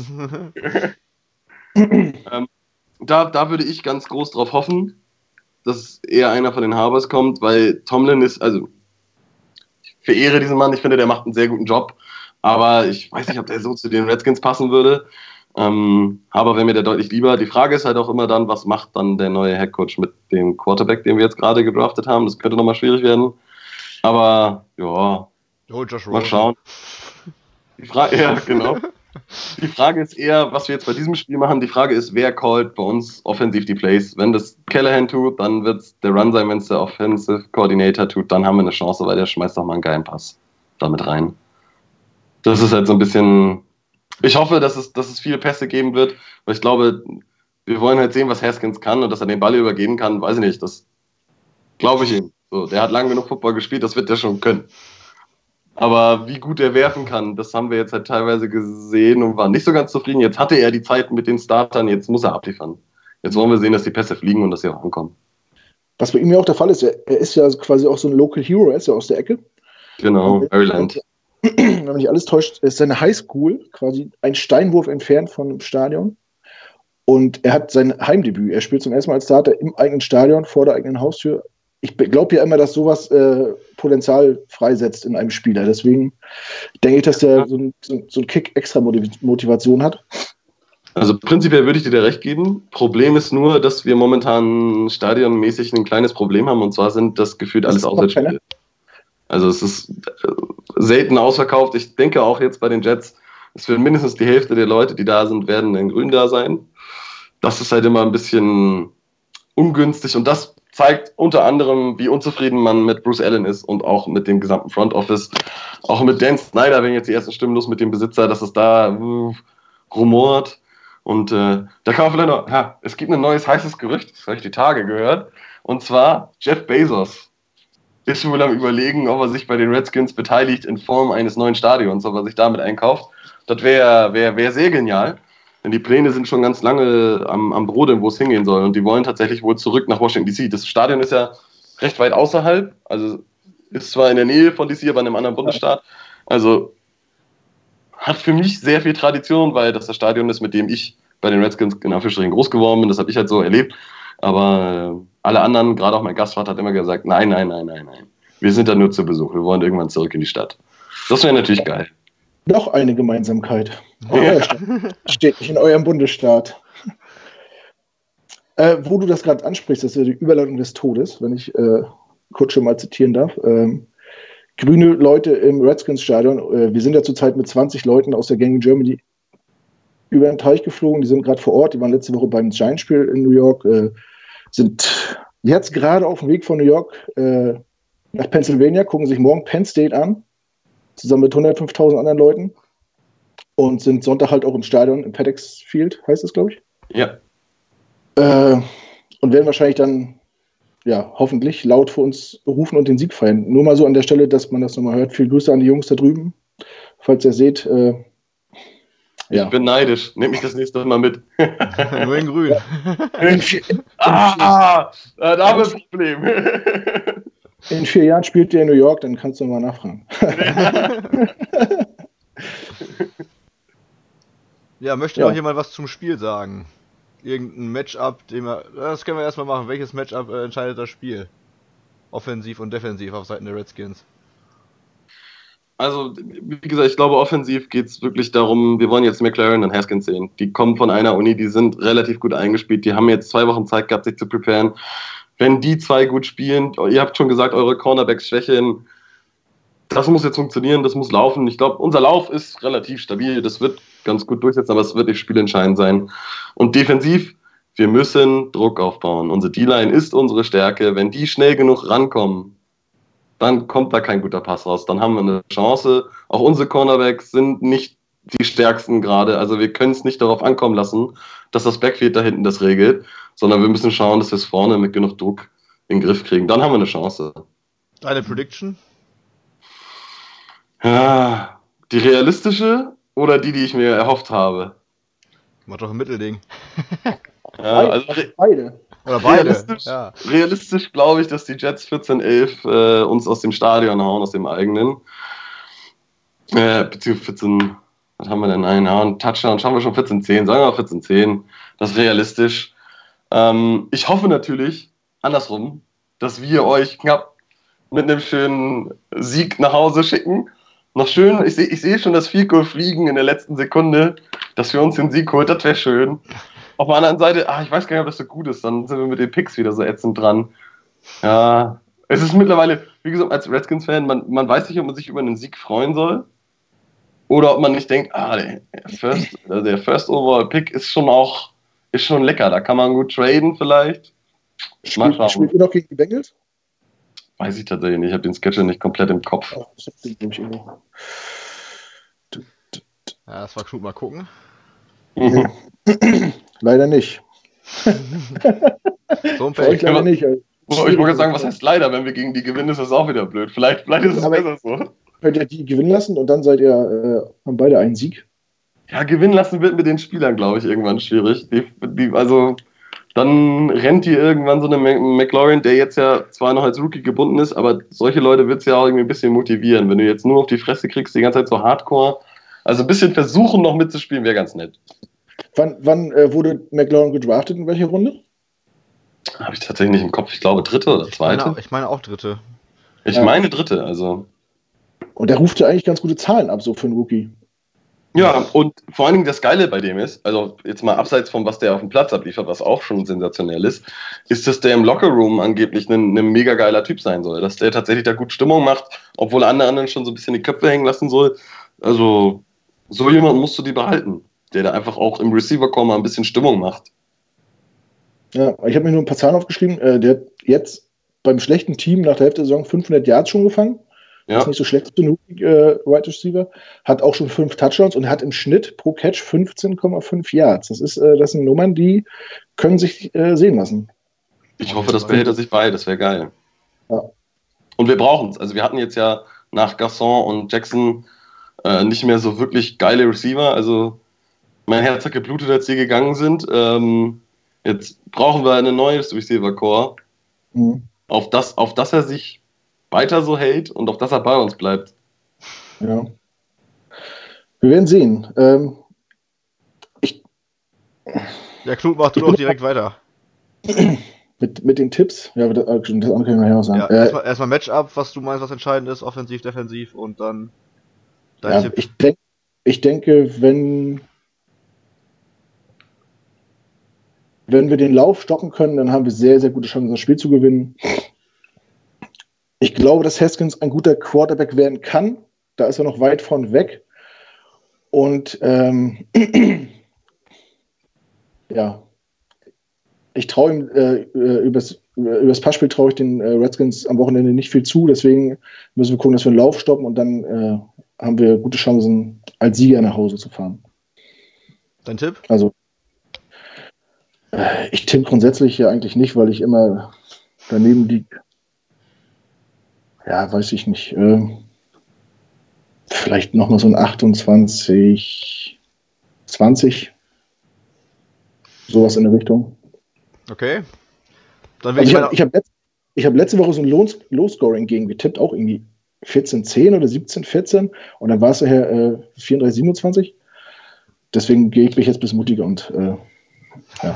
Da würde ich ganz groß drauf hoffen, dass eher einer von den Harbaughs kommt, weil Tomlin ist, also ich verehre diesen Mann, ich finde, der macht einen sehr guten Job. Aber ich weiß nicht, ob der so zu den Redskins passen würde. Aber wäre mir der deutlich lieber. Die Frage ist halt auch immer dann, was macht dann der neue Headcoach mit dem Quarterback, den wir jetzt gerade gedraftet haben? Das könnte nochmal schwierig werden. Aber ja, mal schauen. Ja, genau. Die Frage ist eher, was wir jetzt bei diesem Spiel machen. Die Frage ist, wer callt bei uns offensiv die Plays? Wenn das Callahan tut, dann wird es der Run sein. Wenn es der Offensive Coordinator tut, dann haben wir eine Chance, weil der schmeißt doch mal einen geilen Pass damit rein. Das ist halt so ein bisschen. Ich hoffe, dass es viele Pässe geben wird, weil ich glaube, wir wollen halt sehen, was Haskins kann und dass er den Ball übergeben kann, weiß ich nicht. Das glaube ich ihm. So, der hat lange genug Football gespielt, das wird er schon können. Aber wie gut er werfen kann, das haben wir jetzt halt teilweise gesehen und waren nicht so ganz zufrieden. Jetzt hatte er die Zeit mit den Startern, jetzt muss er abliefern. Jetzt wollen wir sehen, dass die Pässe fliegen und dass sie auch ankommen. Was bei ihm ja auch der Fall ist, er ist ja quasi auch so ein Local Hero, er ist ja aus der Ecke. Genau, Maryland. Wenn mich nicht alles täuscht, ist seine Highschool quasi ein Steinwurf entfernt von dem Stadion. Und er hat sein Heimdebüt. Er spielt zum ersten Mal als Starter im eigenen Stadion, vor der eigenen Haustür. Ich glaube ja immer, dass sowas Potenzial freisetzt in einem Spieler. Deswegen denke ich, dass der so einen Kick extra Motivation hat. Also prinzipiell würde ich dir da recht geben. Problem ist nur, dass wir momentan stadionmäßig ein kleines Problem haben. Und zwar sind das gefühlt alles Auswärtsspiele. Also es ist selten ausverkauft. Ich denke auch jetzt bei den Jets, es wird mindestens die Hälfte der Leute, die da sind, werden in Grün da sein. Das ist halt immer ein bisschen ungünstig und das zeigt unter anderem, wie unzufrieden man mit Bruce Allen ist und auch mit dem gesamten Front Office. Auch mit Dan Snyder, wenn jetzt die ersten Stimmen los mit dem Besitzer, dass es da rumort. Und da kann man vielleicht noch, ja, es gibt ein neues heißes Gerücht, das habe ich die Tage gehört, und zwar Jeff Bezos ist wohl am Überlegen, ob er sich bei den Redskins beteiligt in Form eines neuen Stadions, ob er sich damit einkauft. Das wär sehr genial, denn die Pläne sind schon ganz lange am Brodeln, wo es hingehen soll. Und die wollen tatsächlich wohl zurück nach Washington D.C. Das Stadion ist ja recht weit außerhalb, also ist zwar in der Nähe von D.C., aber in einem anderen Bundesstaat. Also hat für mich sehr viel Tradition, weil das Stadion ist, mit dem ich bei den Redskins in Anführungsstrichen groß geworden bin. Das habe ich halt so erlebt. Aber alle anderen, gerade auch mein Gastvater, hat immer gesagt, nein. Wir sind da nur zu Besuch. Wir wollen irgendwann zurück in die Stadt. Das wäre natürlich geil. Noch eine Gemeinsamkeit. Steht nicht in eurem Bundesstaat. Wo du das gerade ansprichst, das ist ja die Überleitung des Todes, wenn ich kurz schon mal zitieren darf. Grüne Leute im Redskins-Stadion. Wir sind ja zurzeit mit 20 Leuten aus der Gang Germany über den Teich geflogen. Die sind gerade vor Ort. Die waren letzte Woche beim Giants-Spiel in New York. Sind jetzt gerade auf dem Weg von New York nach Pennsylvania, gucken sich morgen Penn State an, zusammen mit 105.000 anderen Leuten und sind Sonntag halt auch im Stadion, im FedEx Field, heißt es, glaube ich. Ja. Und werden wahrscheinlich dann, ja, hoffentlich laut für uns rufen und den Sieg feiern. Nur mal so an der Stelle, dass man das nochmal hört. Viele Grüße an die Jungs da drüben. Falls ihr seht, ja. Ich bin neidisch. Nehmt mich das nächste Mal mit. Nur in Grün. Da haben wir ein Problem. In 4 Jahren spielt ihr in New York, dann kannst du mal nachfragen. Ja, möchte noch jemand was zum Spiel sagen? Irgendein Matchup, das können wir erstmal machen. Welches Matchup entscheidet das Spiel? Offensiv und defensiv auf Seiten der Redskins. Also, wie gesagt, ich glaube, offensiv geht es wirklich darum, wir wollen jetzt McLaren und Haskins sehen. Die kommen von einer Uni, die sind relativ gut eingespielt. Die haben jetzt 2 Wochen Zeit gehabt, sich zu preparen. Wenn die 2 gut spielen, ihr habt schon gesagt, eure Cornerbacks schwächeln, das muss jetzt funktionieren, das muss laufen. Ich glaube, unser Lauf ist relativ stabil, das wird ganz gut durchsetzen, aber es wird nicht spielentscheidend sein. Und defensiv, wir müssen Druck aufbauen. Unsere D-Line ist unsere Stärke. Wenn die schnell genug rankommen, dann kommt da kein guter Pass raus. Dann haben wir eine Chance. Auch unsere Cornerbacks sind nicht die stärksten gerade. Also wir können es nicht darauf ankommen lassen, dass das Backfield da hinten das regelt, sondern wir müssen schauen, dass wir es vorne mit genug Druck in den Griff kriegen. Dann haben wir eine Chance. Deine Prediction? Ja, die realistische oder die ich mir erhofft habe? Mach doch ein Mittelding. Ja, also beide. Oder beide. Realistisch glaube ich, dass die Jets 14-11 uns aus dem Stadion hauen, aus dem eigenen. Beziehungsweise 14, was haben wir denn? Einen Touchdown, schauen wir schon 14-10, sagen wir 14-10. Das ist realistisch. Ich hoffe natürlich, andersrum, dass wir euch knapp mit einem schönen Sieg nach Hause schicken. Noch schön, ich sehe schon das Field Goal fliegen in der letzten Sekunde, dass wir uns den Sieg holen, das wäre schön. Auf der anderen Seite, ich weiß gar nicht, ob das so gut ist, dann sind wir mit den Picks wieder so ätzend dran. Ja, es ist mittlerweile, wie gesagt, als Redskins-Fan, man weiß nicht, ob man sich über einen Sieg freuen soll oder ob man nicht denkt, der First Overall Pick ist schon lecker, da kann man gut traden vielleicht. Spielt ihr noch gegen die Bengals? Weiß ich tatsächlich nicht, ich habe den Schedule nicht komplett im Kopf. Ja, das war Knut, mal gucken. Leider nicht. So ein Pech. Leider nicht. Ich wollte sagen, was heißt leider, wenn wir gegen die gewinnen, ist das auch wieder blöd. Vielleicht ist es besser so. Könnt ihr die gewinnen lassen und dann haben beide einen Sieg? Ja, gewinnen lassen wird mit den Spielern, glaube ich, irgendwann schwierig. Also dann rennt die irgendwann so eine McLaurin, der jetzt ja zwar noch als Rookie gebunden ist, aber solche Leute wird es ja auch irgendwie ein bisschen motivieren. Wenn du jetzt nur auf die Fresse kriegst, die ganze Zeit so hardcore, also ein bisschen versuchen noch mitzuspielen, wäre ganz nett. Wann wurde McLaurin gedraftet? In welcher Runde? Habe ich tatsächlich nicht im Kopf. Ich glaube, dritte oder zweite. Ich meine auch dritte. Ich Ja. meine dritte, also. Und der ruft ja eigentlich ganz gute Zahlen ab, so für einen Rookie. Ja, und vor allen Dingen das Geile bei dem ist, also jetzt mal abseits von was der auf dem Platz abliefert, was auch schon sensationell ist, dass der im Lockerroom angeblich ein mega geiler Typ sein soll. Dass der tatsächlich da gut Stimmung macht, obwohl andere anderen schon so ein bisschen die Köpfe hängen lassen soll. Also, so jemand musst du die behalten, der da einfach auch im Receiver-Core mal ein bisschen Stimmung macht. Ja, ich habe mir nur ein paar Zahlen aufgeschrieben. Der hat jetzt beim schlechten Team nach der Hälfte der Saison 500 Yards schon gefangen. Ja. Das ist nicht so schlecht für einen Wide Receiver. Hat auch schon 5 Touchdowns und hat im Schnitt pro Catch 15,5 Yards. Das sind Nummern, die können sich sehen lassen. Ich hoffe, das behält er sich bei, das wäre geil. Ja. Und wir brauchen es. Also wir hatten jetzt ja nach Garçon und Jackson nicht mehr so wirklich geile Receiver. Also mein Herz hat geblutet, als die gegangen sind. Jetzt brauchen wir ein neues Receiver-Core, auf das er sich weiter so hält und auf das er bei uns bleibt. Ja. Wir werden sehen. Ja, Knut, mach du doch direkt weiter. Mit den Tipps, ja, das andere kann ich nachher noch sagen. Ja, erstmal Matchup, was du meinst, was entscheidend ist, offensiv, defensiv und dann dein Tipp. Ich denke, wenn wir den Lauf stoppen können, dann haben wir sehr, sehr gute Chancen, das Spiel zu gewinnen. Ich glaube, dass Haskins ein guter Quarterback werden kann. Da ist er noch weit von weg. Und ja, ich traue ihm, übers Passspiel traue ich den Redskins am Wochenende nicht viel zu. Deswegen müssen wir gucken, dass wir den Lauf stoppen und dann haben wir gute Chancen, als Sieger nach Hause zu fahren. Dein Tipp? Also, ich tippe grundsätzlich ja eigentlich nicht, weil ich immer daneben liege. Ja, weiß ich nicht. Vielleicht nochmal so ein 28, 20. Sowas in der Richtung. Okay. Dann Also ich hab letzte Woche so ein Low-Scoring gegen getippt, auch irgendwie 14-10 oder 17-14. Und dann war es daher 34-27. Deswegen gehe ich mich jetzt ein bisschen mutiger und ja.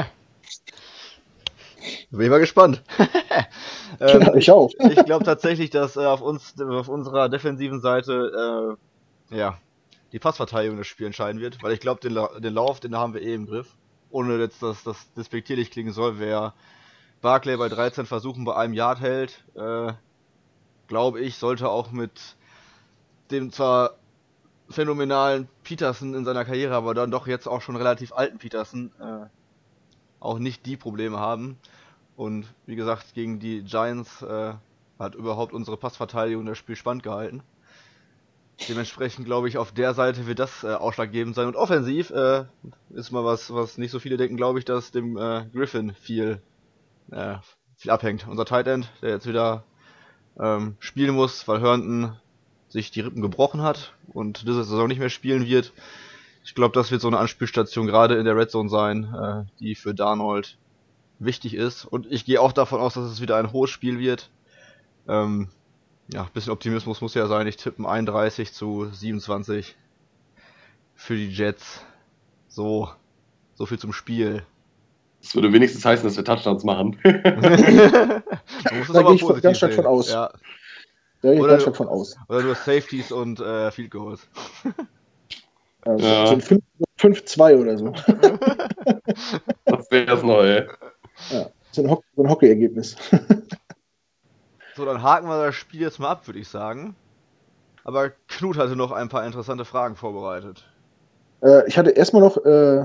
Bin ich mal gespannt. Ich auch. Ich glaube tatsächlich, dass auf unserer defensiven Seite die Passverteidigung das Spiel entscheiden wird, weil ich glaube, den Lauf, den haben wir eh im Griff. Ohne jetzt, dass das despektierlich klingen soll, wer Barkley bei 13 Versuchen bei einem Yard hält, glaube ich, sollte auch mit dem zwar phänomenalen Peterson in seiner Karriere, aber dann doch jetzt auch schon relativ alten Peterson auch nicht die Probleme haben. Und wie gesagt, gegen die Giants hat überhaupt unsere Passverteidigung das Spiel spannend gehalten. Dementsprechend glaube ich, auf der Seite wird das ausschlaggebend sein. Und offensiv ist mal was nicht so viele denken, glaube ich, dass dem Griffin viel abhängt. Unser Tight End, der jetzt wieder spielen muss, weil Herndon sich die Rippen gebrochen hat und diese Saison nicht mehr spielen wird. Ich glaube, das wird so eine Anspielstation gerade in der Red Zone sein, die für Darnold wichtig ist. Und ich gehe auch davon aus, dass es wieder ein hohes Spiel wird. Ja, ein bisschen Optimismus muss ja sein. Ich tippe 31-27 für die Jets. So viel zum Spiel. Das würde wenigstens heißen, dass wir Touchdowns machen. Da gehe ich ganz stark von aus. Ja. Da gehe ich ganz stark von aus. Oder nur Safeties und Field Goals. Also so ein 5-2 oder so. Das wäre das Neue. Ja, so ein Hockey-Ergebnis. So, dann haken wir das Spiel jetzt mal ab, würde ich sagen. Aber Knut hatte noch ein paar interessante Fragen vorbereitet. Ich hatte erstmal noch,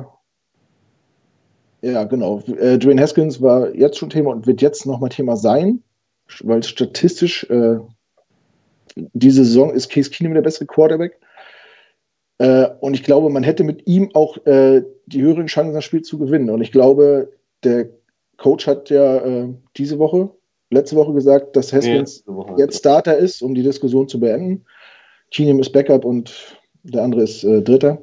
ja genau, Dwayne Haskins war jetzt schon Thema und wird jetzt nochmal Thema sein, weil statistisch diese Saison ist Case Keenum der bessere Quarterback. Und ich glaube, man hätte mit ihm auch die höheren Chancen, das Spiel zu gewinnen. Und ich glaube, der Coach hat ja letzte Woche gesagt, dass Haskins jetzt Starter ist, um die Diskussion zu beenden. Keenum ist Backup und der andere ist Dritter.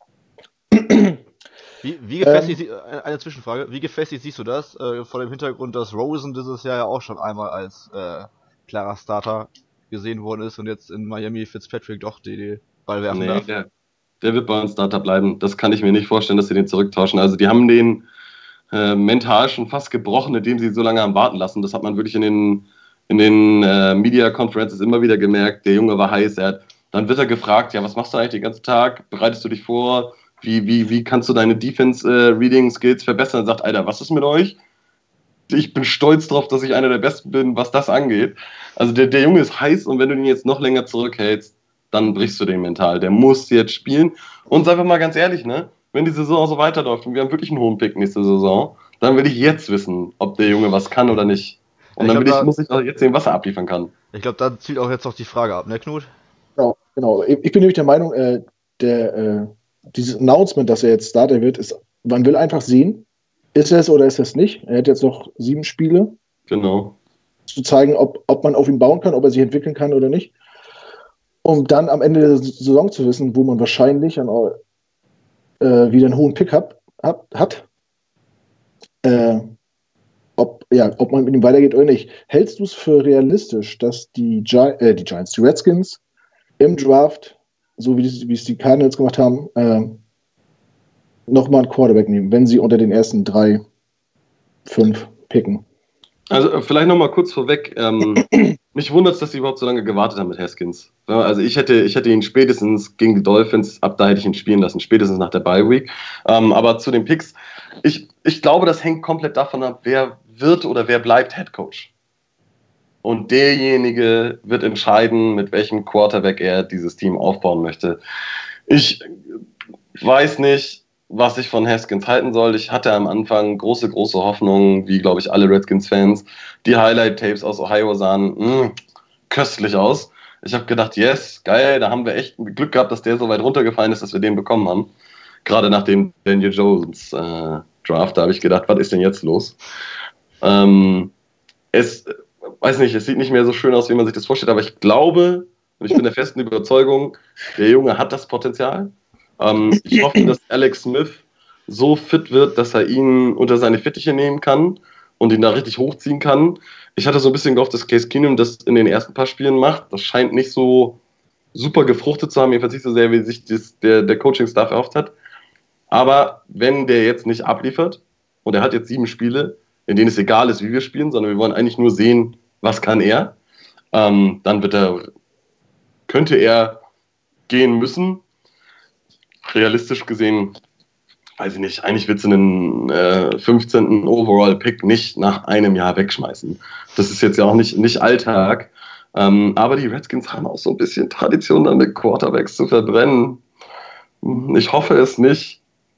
Wie gefestigt, eine Zwischenfrage, wie gefestigt siehst du das, vor dem Hintergrund, dass Rosen dieses Jahr ja auch schon einmal als klarer Starter gesehen worden ist und jetzt in Miami Fitzpatrick doch die Ball werfen darf? der wird bei uns Starter bleiben. Das kann ich mir nicht vorstellen, dass sie den zurücktauschen. Also die haben den mental schon fast gebrochen, indem sie so lange haben warten lassen. Das hat man wirklich in den Media Conferences immer wieder gemerkt. Der Junge war heiß. Dann wird er gefragt, ja, was machst du eigentlich den ganzen Tag? Bereitest du dich vor? Wie kannst du deine Defense-Reading-Skills verbessern? Sagt, Alter, was ist mit euch? Ich bin stolz drauf, dass ich einer der Besten bin, was das angeht. Also der Junge ist heiß und wenn du ihn jetzt noch länger zurückhältst, dann brichst du den mental. Der muss jetzt spielen. Und sagen wir mal ganz ehrlich, ne? Wenn die Saison so weiterläuft und wir haben wirklich einen hohen Pick nächste Saison, dann will ich jetzt wissen, ob der Junge was kann oder nicht. Und dann muss ich auch jetzt sehen, was er abliefern kann. Ich glaube, da zielt auch jetzt noch die Frage ab, ne, Knut? Genau. Ich bin nämlich der Meinung, dieses Announcement, dass er jetzt Starter wird, man will einfach sehen, ist er es oder ist er es nicht. Er hat jetzt noch 7 Spiele. Genau. Zu zeigen, ob man auf ihn bauen kann, ob er sich entwickeln kann oder nicht. Um dann am Ende der Saison zu wissen, wo man wahrscheinlich wieder einen hohen Pick hat, ob man mit ihm weitergeht oder nicht. Hältst du es für realistisch, dass die Giants, die Redskins im Draft, so wie es die Cardinals gemacht haben, nochmal einen Quarterback nehmen, wenn sie unter den ersten 3, 5 picken? Also vielleicht nochmal kurz vorweg, mich wundert es, dass sie überhaupt so lange gewartet haben mit Haskins. Ja, also ich hätte ihn spätestens gegen die Dolphins, ab da hätte ich ihn spielen lassen, spätestens nach der Bye Week. Aber zu den Picks, ich glaube, das hängt komplett davon ab, wer wird oder wer bleibt Head Coach. Und derjenige wird entscheiden, mit welchem Quarterback er dieses Team aufbauen möchte. Ich weiß nicht, was ich von Haskins halten soll. Ich hatte am Anfang große Hoffnungen, wie, glaube ich, alle Redskins-Fans. Die Highlight-Tapes aus Ohio sahen köstlich aus. Ich habe gedacht, yes, geil, da haben wir echt Glück gehabt, dass der so weit runtergefallen ist, dass wir den bekommen haben. Gerade nach dem Daniel Jones Draft, da habe ich gedacht, was ist denn jetzt los? Es sieht nicht mehr so schön aus, wie man sich das vorstellt, aber ich glaube, und ich bin der festen Überzeugung, der Junge hat das Potenzial. Ich hoffe, dass Alex Smith so fit wird, dass er ihn unter seine Fittiche nehmen kann und ihn da richtig hochziehen kann. Ich hatte so ein bisschen gehofft, dass Case Keenum das in den ersten paar Spielen macht. Das scheint nicht so super gefruchtet zu haben, jedenfalls nicht so sehr, wie sich der Coaching-Staff erhofft hat. Aber wenn der jetzt nicht abliefert und er hat jetzt 7 Spiele, in denen es egal ist, wie wir spielen, sondern wir wollen eigentlich nur sehen, was kann er, dann könnte er gehen müssen. Realistisch gesehen, weiß ich nicht, eigentlich wird es einen 15. Overall-Pick nicht nach einem Jahr wegschmeißen. Das ist jetzt ja auch nicht Alltag. Aber die Redskins haben auch so ein bisschen Tradition, dann mit Quarterbacks zu verbrennen. Ich hoffe es nicht.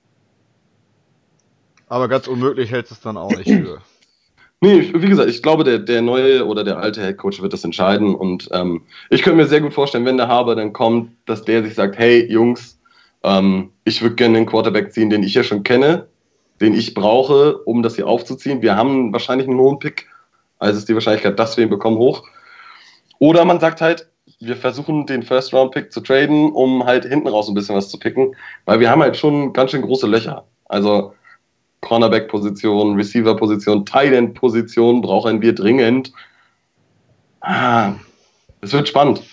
Aber ganz unmöglich hältst du es dann auch nicht für. Nee, wie gesagt, ich glaube, der neue oder der alte Headcoach wird das entscheiden. Und ich könnte mir sehr gut vorstellen, wenn der Harbour dann kommt, dass der sich sagt, hey Jungs, ich würde gerne einen Quarterback ziehen, den ich ja schon kenne, den ich brauche, um das hier aufzuziehen. Wir haben wahrscheinlich einen hohen Pick, also ist die Wahrscheinlichkeit, dass wir ihn bekommen, hoch. Oder man sagt halt, wir versuchen den First-Round-Pick zu traden, um halt hinten raus ein bisschen was zu picken, weil wir haben halt schon ganz schön große Löcher. Also Cornerback-Position, Receiver-Position, Tight-End-Position brauchen wir dringend. Es wird spannend.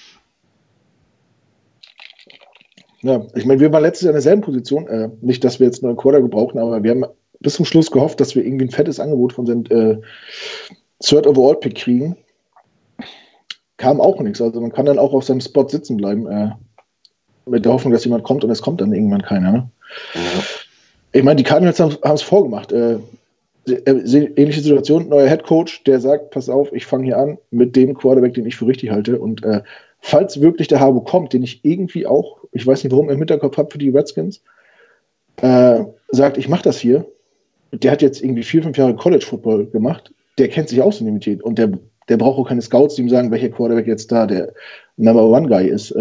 Ja, ich meine, wir waren letztes Jahr in derselben Position. Nicht, dass wir jetzt nur einen Quarter gebrauchen, aber wir haben bis zum Schluss gehofft, dass wir irgendwie ein fettes Angebot von seinem Third Overall Pick kriegen. Kam auch nichts. Also man kann dann auch auf seinem Spot sitzen bleiben, mit der Hoffnung, dass jemand kommt und es kommt dann irgendwann keiner. Ne? Ja. Ich meine, die Cardinals haben es vorgemacht. Ähnliche Situation, neuer Head Coach, der sagt, pass auf, ich fange hier an mit dem Quarterback, den ich für richtig halte. Und falls wirklich der Harbour kommt, den ich irgendwie auch, ich weiß nicht, warum er im Hinterkopf habe für die Redskins, sagt, ich mache das hier. Der hat jetzt irgendwie 4, 5 Jahre College Football gemacht. Der kennt sich aus in dem Metier. Und der braucht auch keine Scouts, die ihm sagen, welcher Quarterback jetzt da der Number One Guy ist.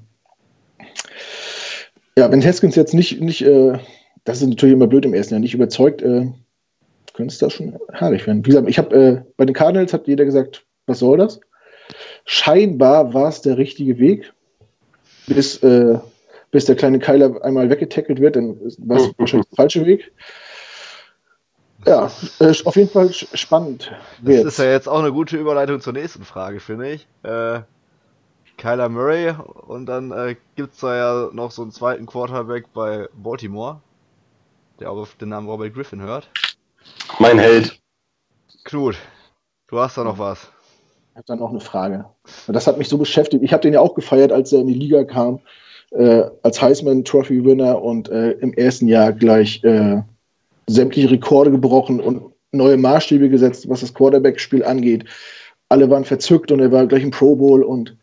Wenn Haskins jetzt nicht das ist natürlich immer blöd im ersten Jahr, nicht überzeugt, könnte es da schon haarig werden. Wie gesagt, ich habe bei den Cardinals hat jeder gesagt, was soll das? Scheinbar war es der richtige Weg, bis der kleine Kyler einmal weggetackelt wird, dann war es wahrscheinlich der falsche Weg. Ja, auf jeden Fall spannend. Das ist ja jetzt auch eine gute Überleitung zur nächsten Frage, finde ich. Kyler Murray und dann gibt's da ja noch so einen zweiten Quarterback bei Baltimore, der auch auf den Namen Robert Griffin hört. Mein Held. Knut, du hast da noch was. Ich habe dann auch eine Frage. Das hat mich so beschäftigt. Ich habe den ja auch gefeiert, als er in die Liga kam, als Heisman-Trophy-Winner und im ersten Jahr gleich sämtliche Rekorde gebrochen und neue Maßstäbe gesetzt, was das Quarterback-Spiel angeht. Alle waren verzückt und er war gleich im Pro Bowl und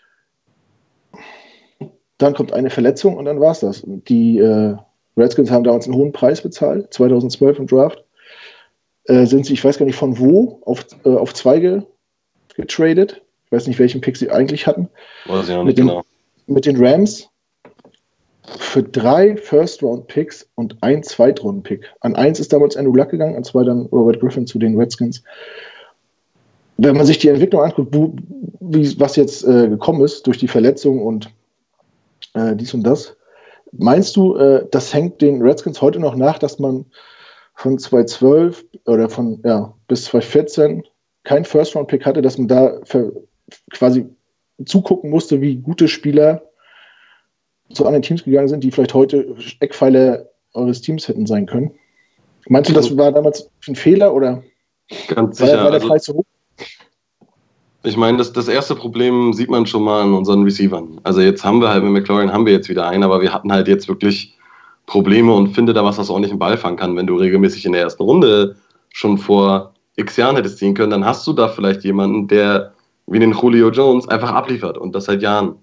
dann kommt eine Verletzung und dann war es das. Und die Redskins haben damals einen hohen Preis bezahlt, 2012 im Draft. Sind sie, ich weiß gar nicht von wo, auf zwei getradet. Ich weiß nicht, welchen Pick sie eigentlich hatten. Weiß ich auch nicht genau. Mit den Rams für 3 First-Round-Picks und 1 Zweitrunden-Pick. An 1 ist damals Andrew Luck gegangen, an 2 dann Robert Griffin zu den Redskins. Wenn man sich die Entwicklung anguckt, was jetzt gekommen ist durch die Verletzung und dies und das, meinst du, das hängt den Redskins heute noch nach, dass man von 2012 oder bis 2014 kein First-Round-Pick hatte, dass man da quasi zugucken musste, wie gute Spieler zu anderen Teams gegangen sind, die vielleicht heute Eckpfeiler eures Teams hätten sein können? Meinst du, das war damals ein Fehler oder ganz sicher, war der Preis so hoch? Ich meine, das erste Problem sieht man schon mal an unseren Receivern. Also jetzt haben wir halt mit McLaurin jetzt wieder einen, aber wir hatten halt jetzt wirklich Probleme und finde da was ordentlich einen Ball fangen kann. Wenn du regelmäßig in der ersten Runde schon vor x Jahren hättest ziehen können, dann hast du da vielleicht jemanden, der wie den Julio Jones einfach abliefert und das seit Jahren.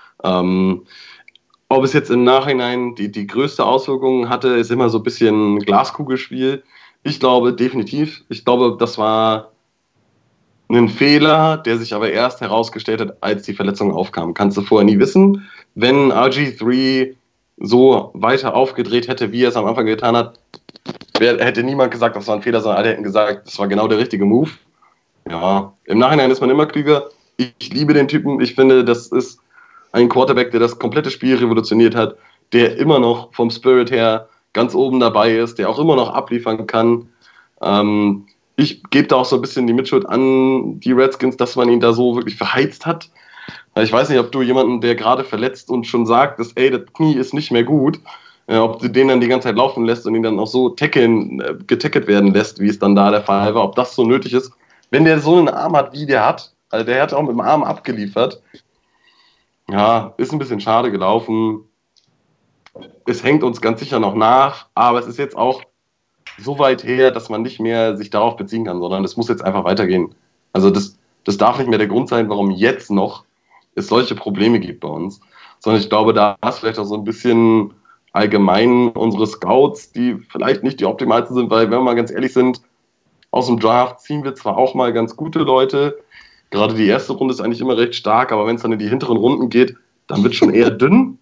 Ob es jetzt im Nachhinein die größte Auswirkung hatte, ist immer so ein bisschen Glaskugelspiel. Ich glaube definitiv. Ich glaube, das war ein Fehler, der sich aber erst herausgestellt hat, als die Verletzung aufkam. Kannst du vorher nie wissen. Wenn RG3 so weiter aufgedreht hätte, wie er es am Anfang getan hat, hätte niemand gesagt, das war ein Fehler, sondern alle hätten gesagt, das war genau der richtige Move. Ja, im Nachhinein ist man immer klüger. Ich liebe den Typen. Ich finde, das ist ein Quarterback, der das komplette Spiel revolutioniert hat, der immer noch vom Spirit her ganz oben dabei ist, der auch immer noch abliefern kann. Ich gebe da auch so ein bisschen die Mitschuld an die Redskins, dass man ihn da so wirklich verheizt hat. Ich weiß nicht, ob du jemanden, der gerade verletzt und schon sagt, dass das Knie ist nicht mehr gut, ob du den dann die ganze Zeit laufen lässt und ihn dann auch so getackelt werden lässt, wie es dann da der Fall war, ob das so nötig ist. Wenn der so einen Arm hat, wie der hat, also der hat auch mit dem Arm abgeliefert, ja, ist ein bisschen schade gelaufen. Es hängt uns ganz sicher noch nach, aber es ist jetzt auch so weit her, dass man nicht mehr sich darauf beziehen kann, sondern es muss jetzt einfach weitergehen. Also das darf nicht mehr der Grund sein, warum jetzt noch es solche Probleme gibt bei uns, sondern ich glaube, da ist vielleicht auch so ein bisschen allgemein unsere Scouts, die vielleicht nicht die optimalsten sind, weil, wenn wir mal ganz ehrlich sind, aus dem Draft ziehen wir zwar auch mal ganz gute Leute, gerade die erste Runde ist eigentlich immer recht stark, aber wenn es dann in die hinteren Runden geht, dann wird es schon eher dünn.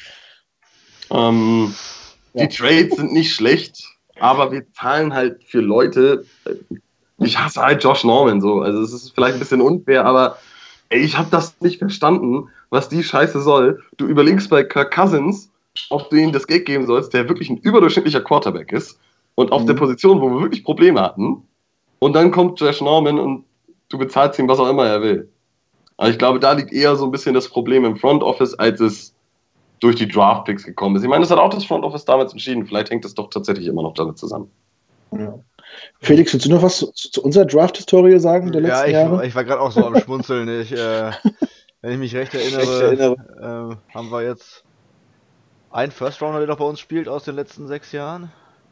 Die Trades sind nicht schlecht, aber wir zahlen halt für Leute. Ich hasse halt Josh Norman so. Also es ist vielleicht ein bisschen unfair, aber ich habe das nicht verstanden, was die Scheiße soll. Du überlegst bei Kirk Cousins, ob du ihm das Geld geben sollst, der wirklich ein überdurchschnittlicher Quarterback ist und auf der Position, wo wir wirklich Probleme hatten. Und dann kommt Josh Norman und du bezahlst ihm, was auch immer er will. Aber ich glaube, da liegt eher so ein bisschen das Problem im Front Office, als es durch die Draft-Picks gekommen ist. Ich meine, das hat auch das Front Office damals entschieden. Vielleicht hängt es doch tatsächlich immer noch damit zusammen. Ja. Felix, willst du noch was zu unserer Draft-Historie sagen der letzten Jahre? Ich war gerade auch so am Schmunzeln. Wenn ich mich recht erinnere, haben wir jetzt einen First-Rounder, der noch bei uns spielt aus den letzten 6 Jahren.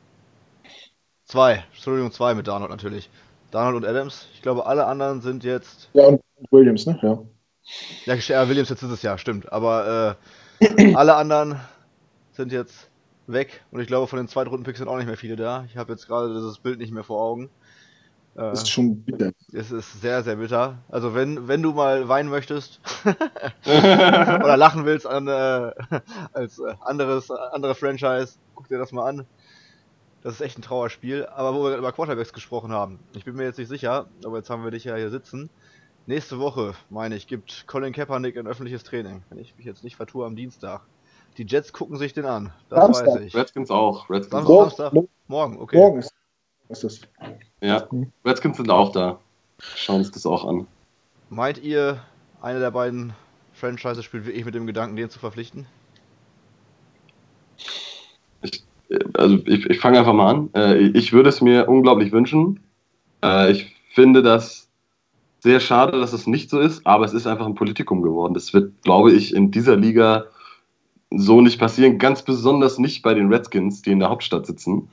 2 mit Darnold natürlich. Darnold und Adams. Ich glaube, alle anderen sind jetzt... Ja, und Williams, ne? Ja. Ja, Williams jetzt dieses Jahr, stimmt. Aber alle anderen sind jetzt weg. Und ich glaube, von den Zweitrunden-Picks sind auch nicht mehr viele da. Ich habe jetzt gerade dieses Bild nicht mehr vor Augen. Das ist schon bitter. Es ist sehr, sehr bitter. Also wenn du mal weinen möchtest oder lachen willst als andere Franchise, guck dir das mal an. Das ist echt ein Trauerspiel. Aber wo wir über Quarterbacks gesprochen haben, ich bin mir jetzt nicht sicher, aber jetzt haben wir dich ja hier sitzen. Nächste Woche, meine ich, gibt Colin Kaepernick ein öffentliches Training. Wenn ich mich jetzt nicht vertue, am Dienstag. Die Jets gucken sich den an. Das Samstag. weiß ich. Redskins auch. Samstag? Morgen, okay. Morgen ist das. Ja, Redskins sind auch da. Schauen uns das auch an. Meint ihr, eine der beiden Franchise spielt wirklich mit dem Gedanken, den zu verpflichten? Ich fange einfach mal an. Ich würde es mir unglaublich wünschen. Ich finde das sehr schade, dass es nicht so ist, aber es ist einfach ein Politikum geworden. Das wird, glaube ich, in dieser Liga so nicht passieren, ganz besonders nicht bei den Redskins, die in der Hauptstadt sitzen.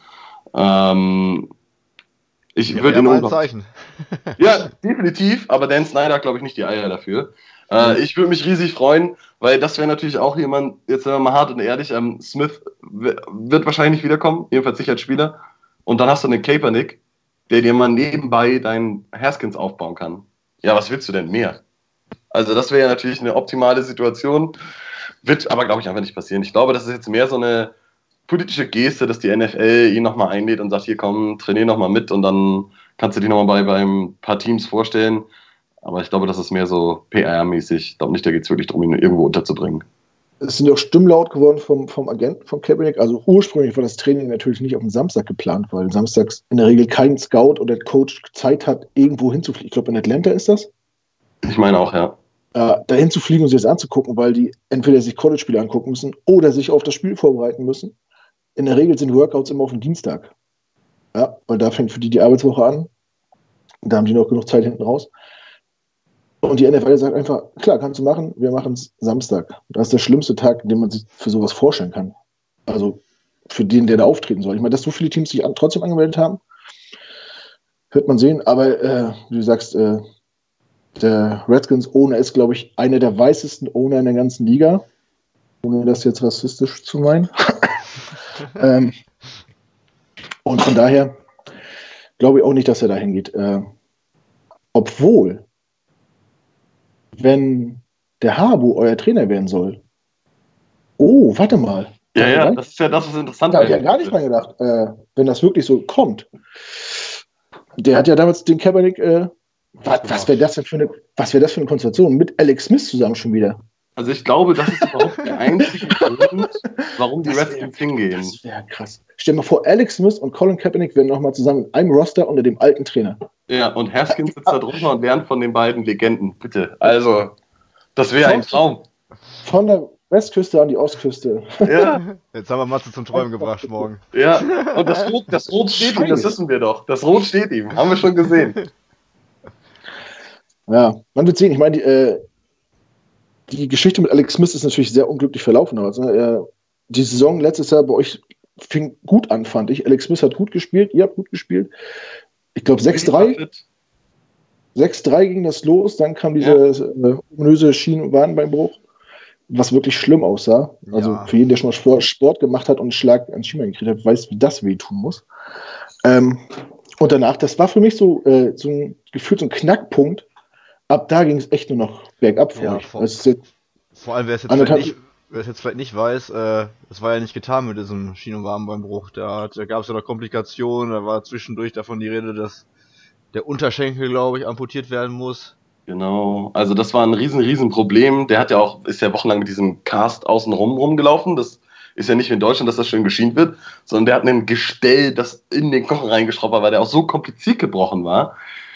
Ich würde ihn ein Zeichen. Ja, definitiv, aber Dan Snyder hat, glaube ich, nicht die Eier dafür. Ich würde mich riesig freuen, weil das wäre natürlich auch jemand, jetzt sind wir mal hart und ehrlich, Smith wird wahrscheinlich nicht wiederkommen, jedenfalls sicher als Spieler. Und dann hast du einen Kaepernick, der dir mal nebenbei deinen Haskins aufbauen kann. Ja, was willst du denn mehr? Also das wäre ja natürlich eine optimale Situation, wird aber, glaube ich, einfach nicht passieren. Ich glaube, das ist jetzt mehr so eine politische Geste, dass die NFL ihn nochmal einlädt und sagt, hier komm, trainier nochmal mit und dann kannst du dich nochmal bei ein paar Teams vorstellen. Aber ich glaube, das ist mehr so PR-mäßig. Ich glaube nicht, da geht es wirklich darum, ihn irgendwo unterzubringen. Es sind ja auch Stimmen laut geworden vom Agenten von Kaepernick. Also ursprünglich war das Training natürlich nicht auf den Samstag geplant, weil samstags in der Regel kein Scout oder Coach Zeit hat, irgendwo hinzufliegen. Ich glaube, in Atlanta ist das. Ich meine auch, ja. Dahin zu fliegen und sich das anzugucken, weil die entweder sich College-Spiele angucken müssen oder sich auf das Spiel vorbereiten müssen. In der Regel sind Workouts immer auf dem Dienstag. Ja, weil da fängt für die Arbeitswoche an. Da haben die noch genug Zeit hinten raus. Und die NFL sagt einfach, klar, kannst du machen, wir machen es Samstag. Das ist der schlimmste Tag, den man sich für sowas vorstellen kann. Also für den, der da auftreten soll. Ich meine, dass so viele Teams sich trotzdem angemeldet haben, wird man sehen. Aber wie du sagst, der Redskins Owner ist, glaube ich, einer der weißesten Owner in der ganzen Liga. Ohne das jetzt rassistisch zu meinen. Und von daher glaube ich auch nicht, dass er dahin geht. Obwohl, wenn der Harbaugh euer Trainer werden soll. Oh, warte mal. Ja, das ist ja das, was interessant ist. Da habe ich ja gar nicht mal gedacht, wenn das wirklich so kommt. Der hat ja damals den Kaepernick, was wäre das denn für eine Konstellation? Mit Alex Smith zusammen schon wieder. Also ich glaube, das ist überhaupt der einzige Grund, warum die Redskins hingehen. Das wäre krass. Stell dir mal vor, Alex Smith und Colin Kaepernick wären nochmal zusammen in einem Roster unter dem alten Trainer. Ja, und Haskins sitzt da drunter und lernt von den beiden Legenden. Bitte. Also, das wäre ein Traum. Von der Westküste an die Ostküste. Ja. Jetzt haben wir Matze zum Träumen gebracht morgen. Ja, und das Rot steht ihm, das wissen wir doch. Das Rot steht ihm, haben wir schon gesehen. Ja, man wird sehen. Ich meine, die Geschichte mit Alex Smith ist natürlich sehr unglücklich verlaufen. Also, die Saison letztes Jahr bei euch fing gut an, fand ich. Alex Smith hat gut gespielt, ihr habt gut gespielt. Ich glaube 6-3. 6-3 ging das los, dann kam dieser ominöse Schienenwadenbeinbruch, was wirklich schlimm aussah. Also für jeden, der schon mal Sport gemacht hat und einen Schlag ans Schienbein gekriegt hat, weiß, wie das wehtun muss. Und danach, das war für mich so ein Gefühl, so ein Knackpunkt. Ab da ging es echt nur noch bergab vor euch. Vor allem, wer es jetzt vielleicht nicht weiß, es war ja nicht getan mit diesem Schienenwadenbeinbruch. Da gab es ja noch Komplikationen, da war zwischendurch davon die Rede, dass der Unterschenkel, glaube ich, amputiert werden muss. Genau, also das war ein riesen Problem. Der ist ja wochenlang mit diesem Cast außen rumgelaufen. Das ist ja nicht wie in Deutschland, dass das schön geschient wird, sondern der hat ein Gestell, das in den Knochen reingeschraubt war, weil der auch so kompliziert gebrochen war.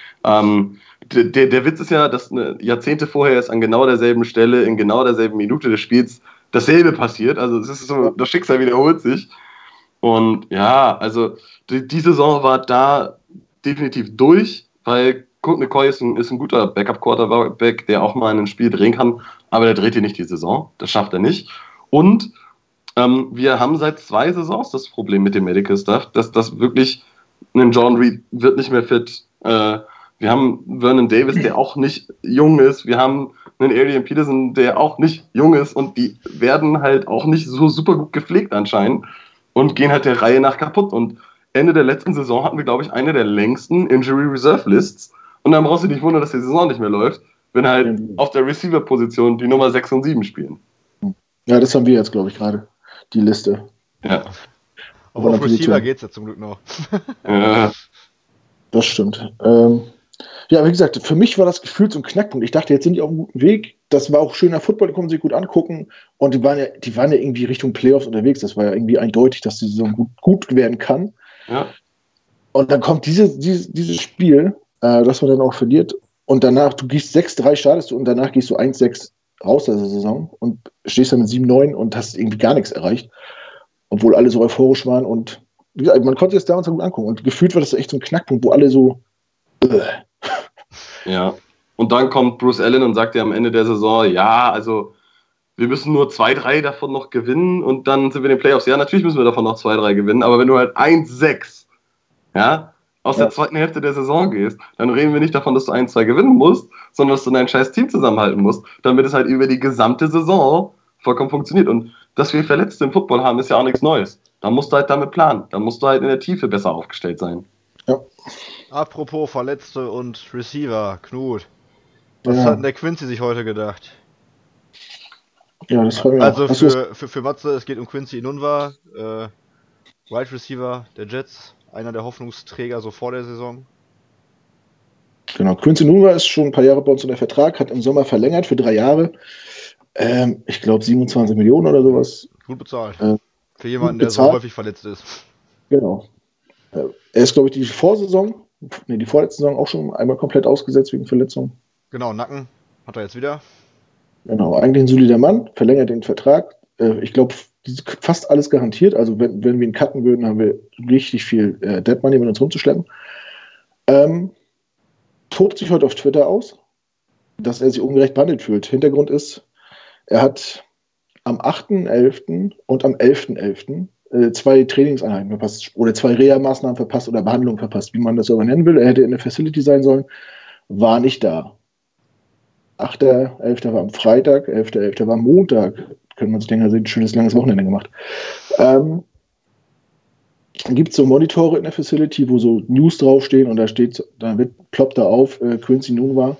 Der Witz ist ja, dass Jahrzehnte vorher ist an genau derselben Stelle, in genau derselben Minute des Spiels dasselbe passiert. Also es ist so, das Schicksal wiederholt sich. Und ja, also die Saison war da definitiv durch, weil Colt McCoy ist ein guter Backup-Quarterback, der auch mal in ein Spiel drehen kann, aber der dreht hier nicht die Saison. Das schafft er nicht. Und wir haben seit 2 Saisons das Problem mit dem Medical Stuff, dass das wirklich ein John Reed wird nicht mehr fit. Wir haben Vernon Davis, der auch nicht jung ist. Wir haben einen Adrian Peterson, der auch nicht jung ist. Und die werden halt auch nicht so super gut gepflegt anscheinend und gehen halt der Reihe nach kaputt. Und Ende der letzten Saison hatten wir, glaube ich, eine der längsten Injury Reserve Lists. Und dann brauchst du dich nicht wundern, dass die Saison nicht mehr läuft, wenn halt auf der Receiver-Position die Nummer 6 und 7 spielen. Ja, das haben wir jetzt, glaube ich, gerade. Die Liste. Ja. Aber auf Receiver geht es ja zum Glück noch. Ja. Das stimmt. Ja, wie gesagt, für mich war das Gefühl so ein Knackpunkt. Ich dachte, jetzt sind die auf einem guten Weg. Das war auch schöner Football, die konnten sich gut angucken. Und die waren ja irgendwie Richtung Playoffs unterwegs. Das war ja irgendwie eindeutig, dass die Saison gut werden kann. Ja. Und dann kommt dieses Spiel, das man dann auch verliert. Und danach, du gehst 6-3, startest du und danach gehst du 1-6 raus aus der Saison und stehst da mit 7-9 und hast irgendwie gar nichts erreicht, obwohl alle so euphorisch waren und wie gesagt, man konnte sich das damals gut angucken und gefühlt war das echt so ein Knackpunkt, wo alle so Ja. Und dann kommt Bruce Allen und sagt ja am Ende der Saison, ja, also wir müssen nur 2, 3 davon noch gewinnen und dann sind wir in den Playoffs. Ja, natürlich müssen wir davon noch 2, 3 gewinnen, aber wenn du halt 1-6, ja, aus der zweiten Hälfte der Saison gehst, dann reden wir nicht davon, dass du 1, 2 gewinnen musst, sondern dass du dein scheiß Team zusammenhalten musst, damit es halt über die gesamte Saison vollkommen funktioniert. Und dass wir Verletzte im Football haben, ist ja auch nichts Neues. Da musst du halt damit planen. Da musst du halt in der Tiefe besser aufgestellt sein. Ja. Apropos Verletzte und Receiver, Knut. Was Ja. hat denn der Quincy sich heute gedacht? Ja, das war mir Also auch. Hast du das- für Matze, es geht um Quincy Inunwa, Wide Receiver der Jets, einer der Hoffnungsträger so vor der Saison. Genau, Quincy Nunwa ist schon ein paar Jahre bei uns unter Vertrag, hat im Sommer verlängert für 3 Jahre. Ich glaube 27 Millionen oder sowas. Gut bezahlt. Äh, Für jemanden, gut der so bezahlt. häufig verletzt ist. Genau. Er ist, glaube ich, die vorletzte Saison auch schon einmal komplett ausgesetzt wegen Verletzung. Genau, Nacken hat er jetzt wieder. Genau, eigentlich ein solider Mann, verlängert den Vertrag. Ich glaube, fast alles garantiert. Also wenn wir ihn cutten würden, haben wir richtig viel Dead Money mit uns rumzuschleppen. Tobt sich heute auf Twitter aus, dass er sich ungerecht behandelt fühlt. Hintergrund ist, er hat am 8.11. und am 11.11. 2 Trainingseinheiten verpasst oder 2 Reha-Maßnahmen verpasst oder Behandlungen verpasst, wie man das aber nennen will. Er hätte in der Facility sein sollen, war nicht da. 8.11. war am Freitag, 11.11. war am Montag. Können wir uns denken, also ein schönes langes Wochenende gemacht. Dann gibt es so Monitore in der Facility, wo so News draufstehen und ploppt da auf, Quincy Nunwa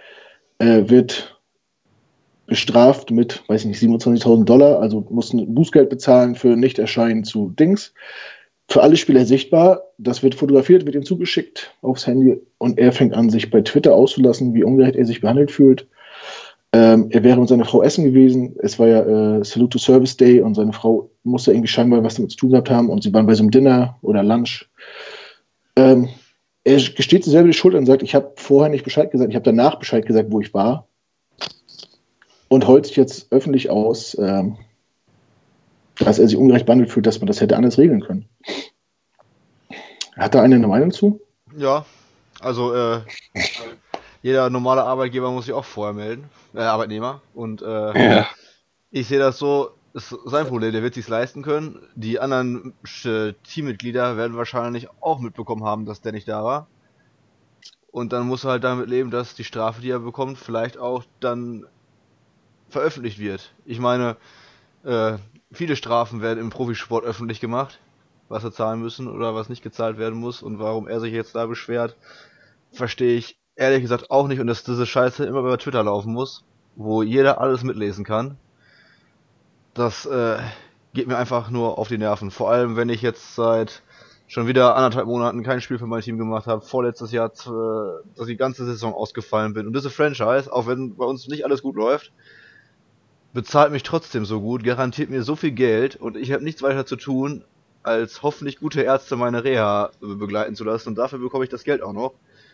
wird bestraft mit, weiß ich nicht, $27.000, also muss ein Bußgeld bezahlen für Nichterscheinen zu Dings. Für alle Spieler sichtbar, das wird fotografiert, wird ihm zugeschickt aufs Handy und er fängt an, sich bei Twitter auszulassen, wie ungerecht er sich behandelt fühlt. Er wäre mit seiner Frau essen gewesen, es war ja Salute to Service Day und seine Frau musste irgendwie scheinbar was damit zu tun gehabt haben und sie waren bei so einem Dinner oder Lunch. Er gesteht sich selber die Schuld und sagt, ich habe vorher nicht Bescheid gesagt, ich habe danach Bescheid gesagt, wo ich war und heult sich jetzt öffentlich aus, dass er sich ungerecht behandelt fühlt, dass man das hätte anders regeln können. Hat da eine Meinung zu? Ja, also jeder normale Arbeitgeber muss sich auch vorher melden, Arbeitnehmer. Und Ja. ich sehe das so, ist sein Problem, der wird sich's leisten können. Die anderen Teammitglieder werden wahrscheinlich auch mitbekommen haben, dass der nicht da war. Und dann muss er halt damit leben, dass die Strafe, die er bekommt, vielleicht auch dann veröffentlicht wird. Ich meine, viele Strafen werden im Profisport öffentlich gemacht, was sie zahlen müssen oder was nicht gezahlt werden muss. Und warum er sich jetzt da beschwert, verstehe ich ehrlich gesagt auch nicht. Und dass diese Scheiße immer über Twitter laufen muss, wo jeder alles mitlesen kann, das geht mir einfach nur auf die Nerven. Vor allem, wenn ich jetzt seit schon wieder 1,5 Monaten kein Spiel für mein Team gemacht habe, vorletztes Jahr, dass die ganze Saison ausgefallen bin. Und diese Franchise, auch wenn bei uns nicht alles gut läuft, bezahlt mich trotzdem so gut, garantiert mir so viel Geld und ich habe nichts weiter zu tun, als hoffentlich gute Ärzte meine Reha begleiten zu lassen und dafür bekomme ich das Geld auch noch.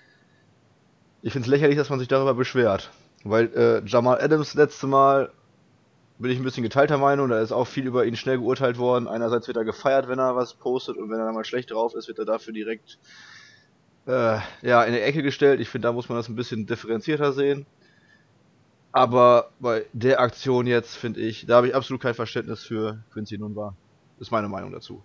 Ich finde es lächerlich, dass man sich darüber beschwert, weil Jamal Adams letzte Mal bin ich ein bisschen geteilter Meinung, da ist auch viel über ihn schnell geurteilt worden. Einerseits wird er gefeiert, wenn er was postet und wenn er dann mal schlecht drauf ist, wird er dafür direkt in die Ecke gestellt. Ich finde, da muss man das ein bisschen differenzierter sehen. Aber bei der Aktion jetzt, finde ich, da habe ich absolut kein Verständnis für Quincy Nunwa. Ist meine Meinung dazu.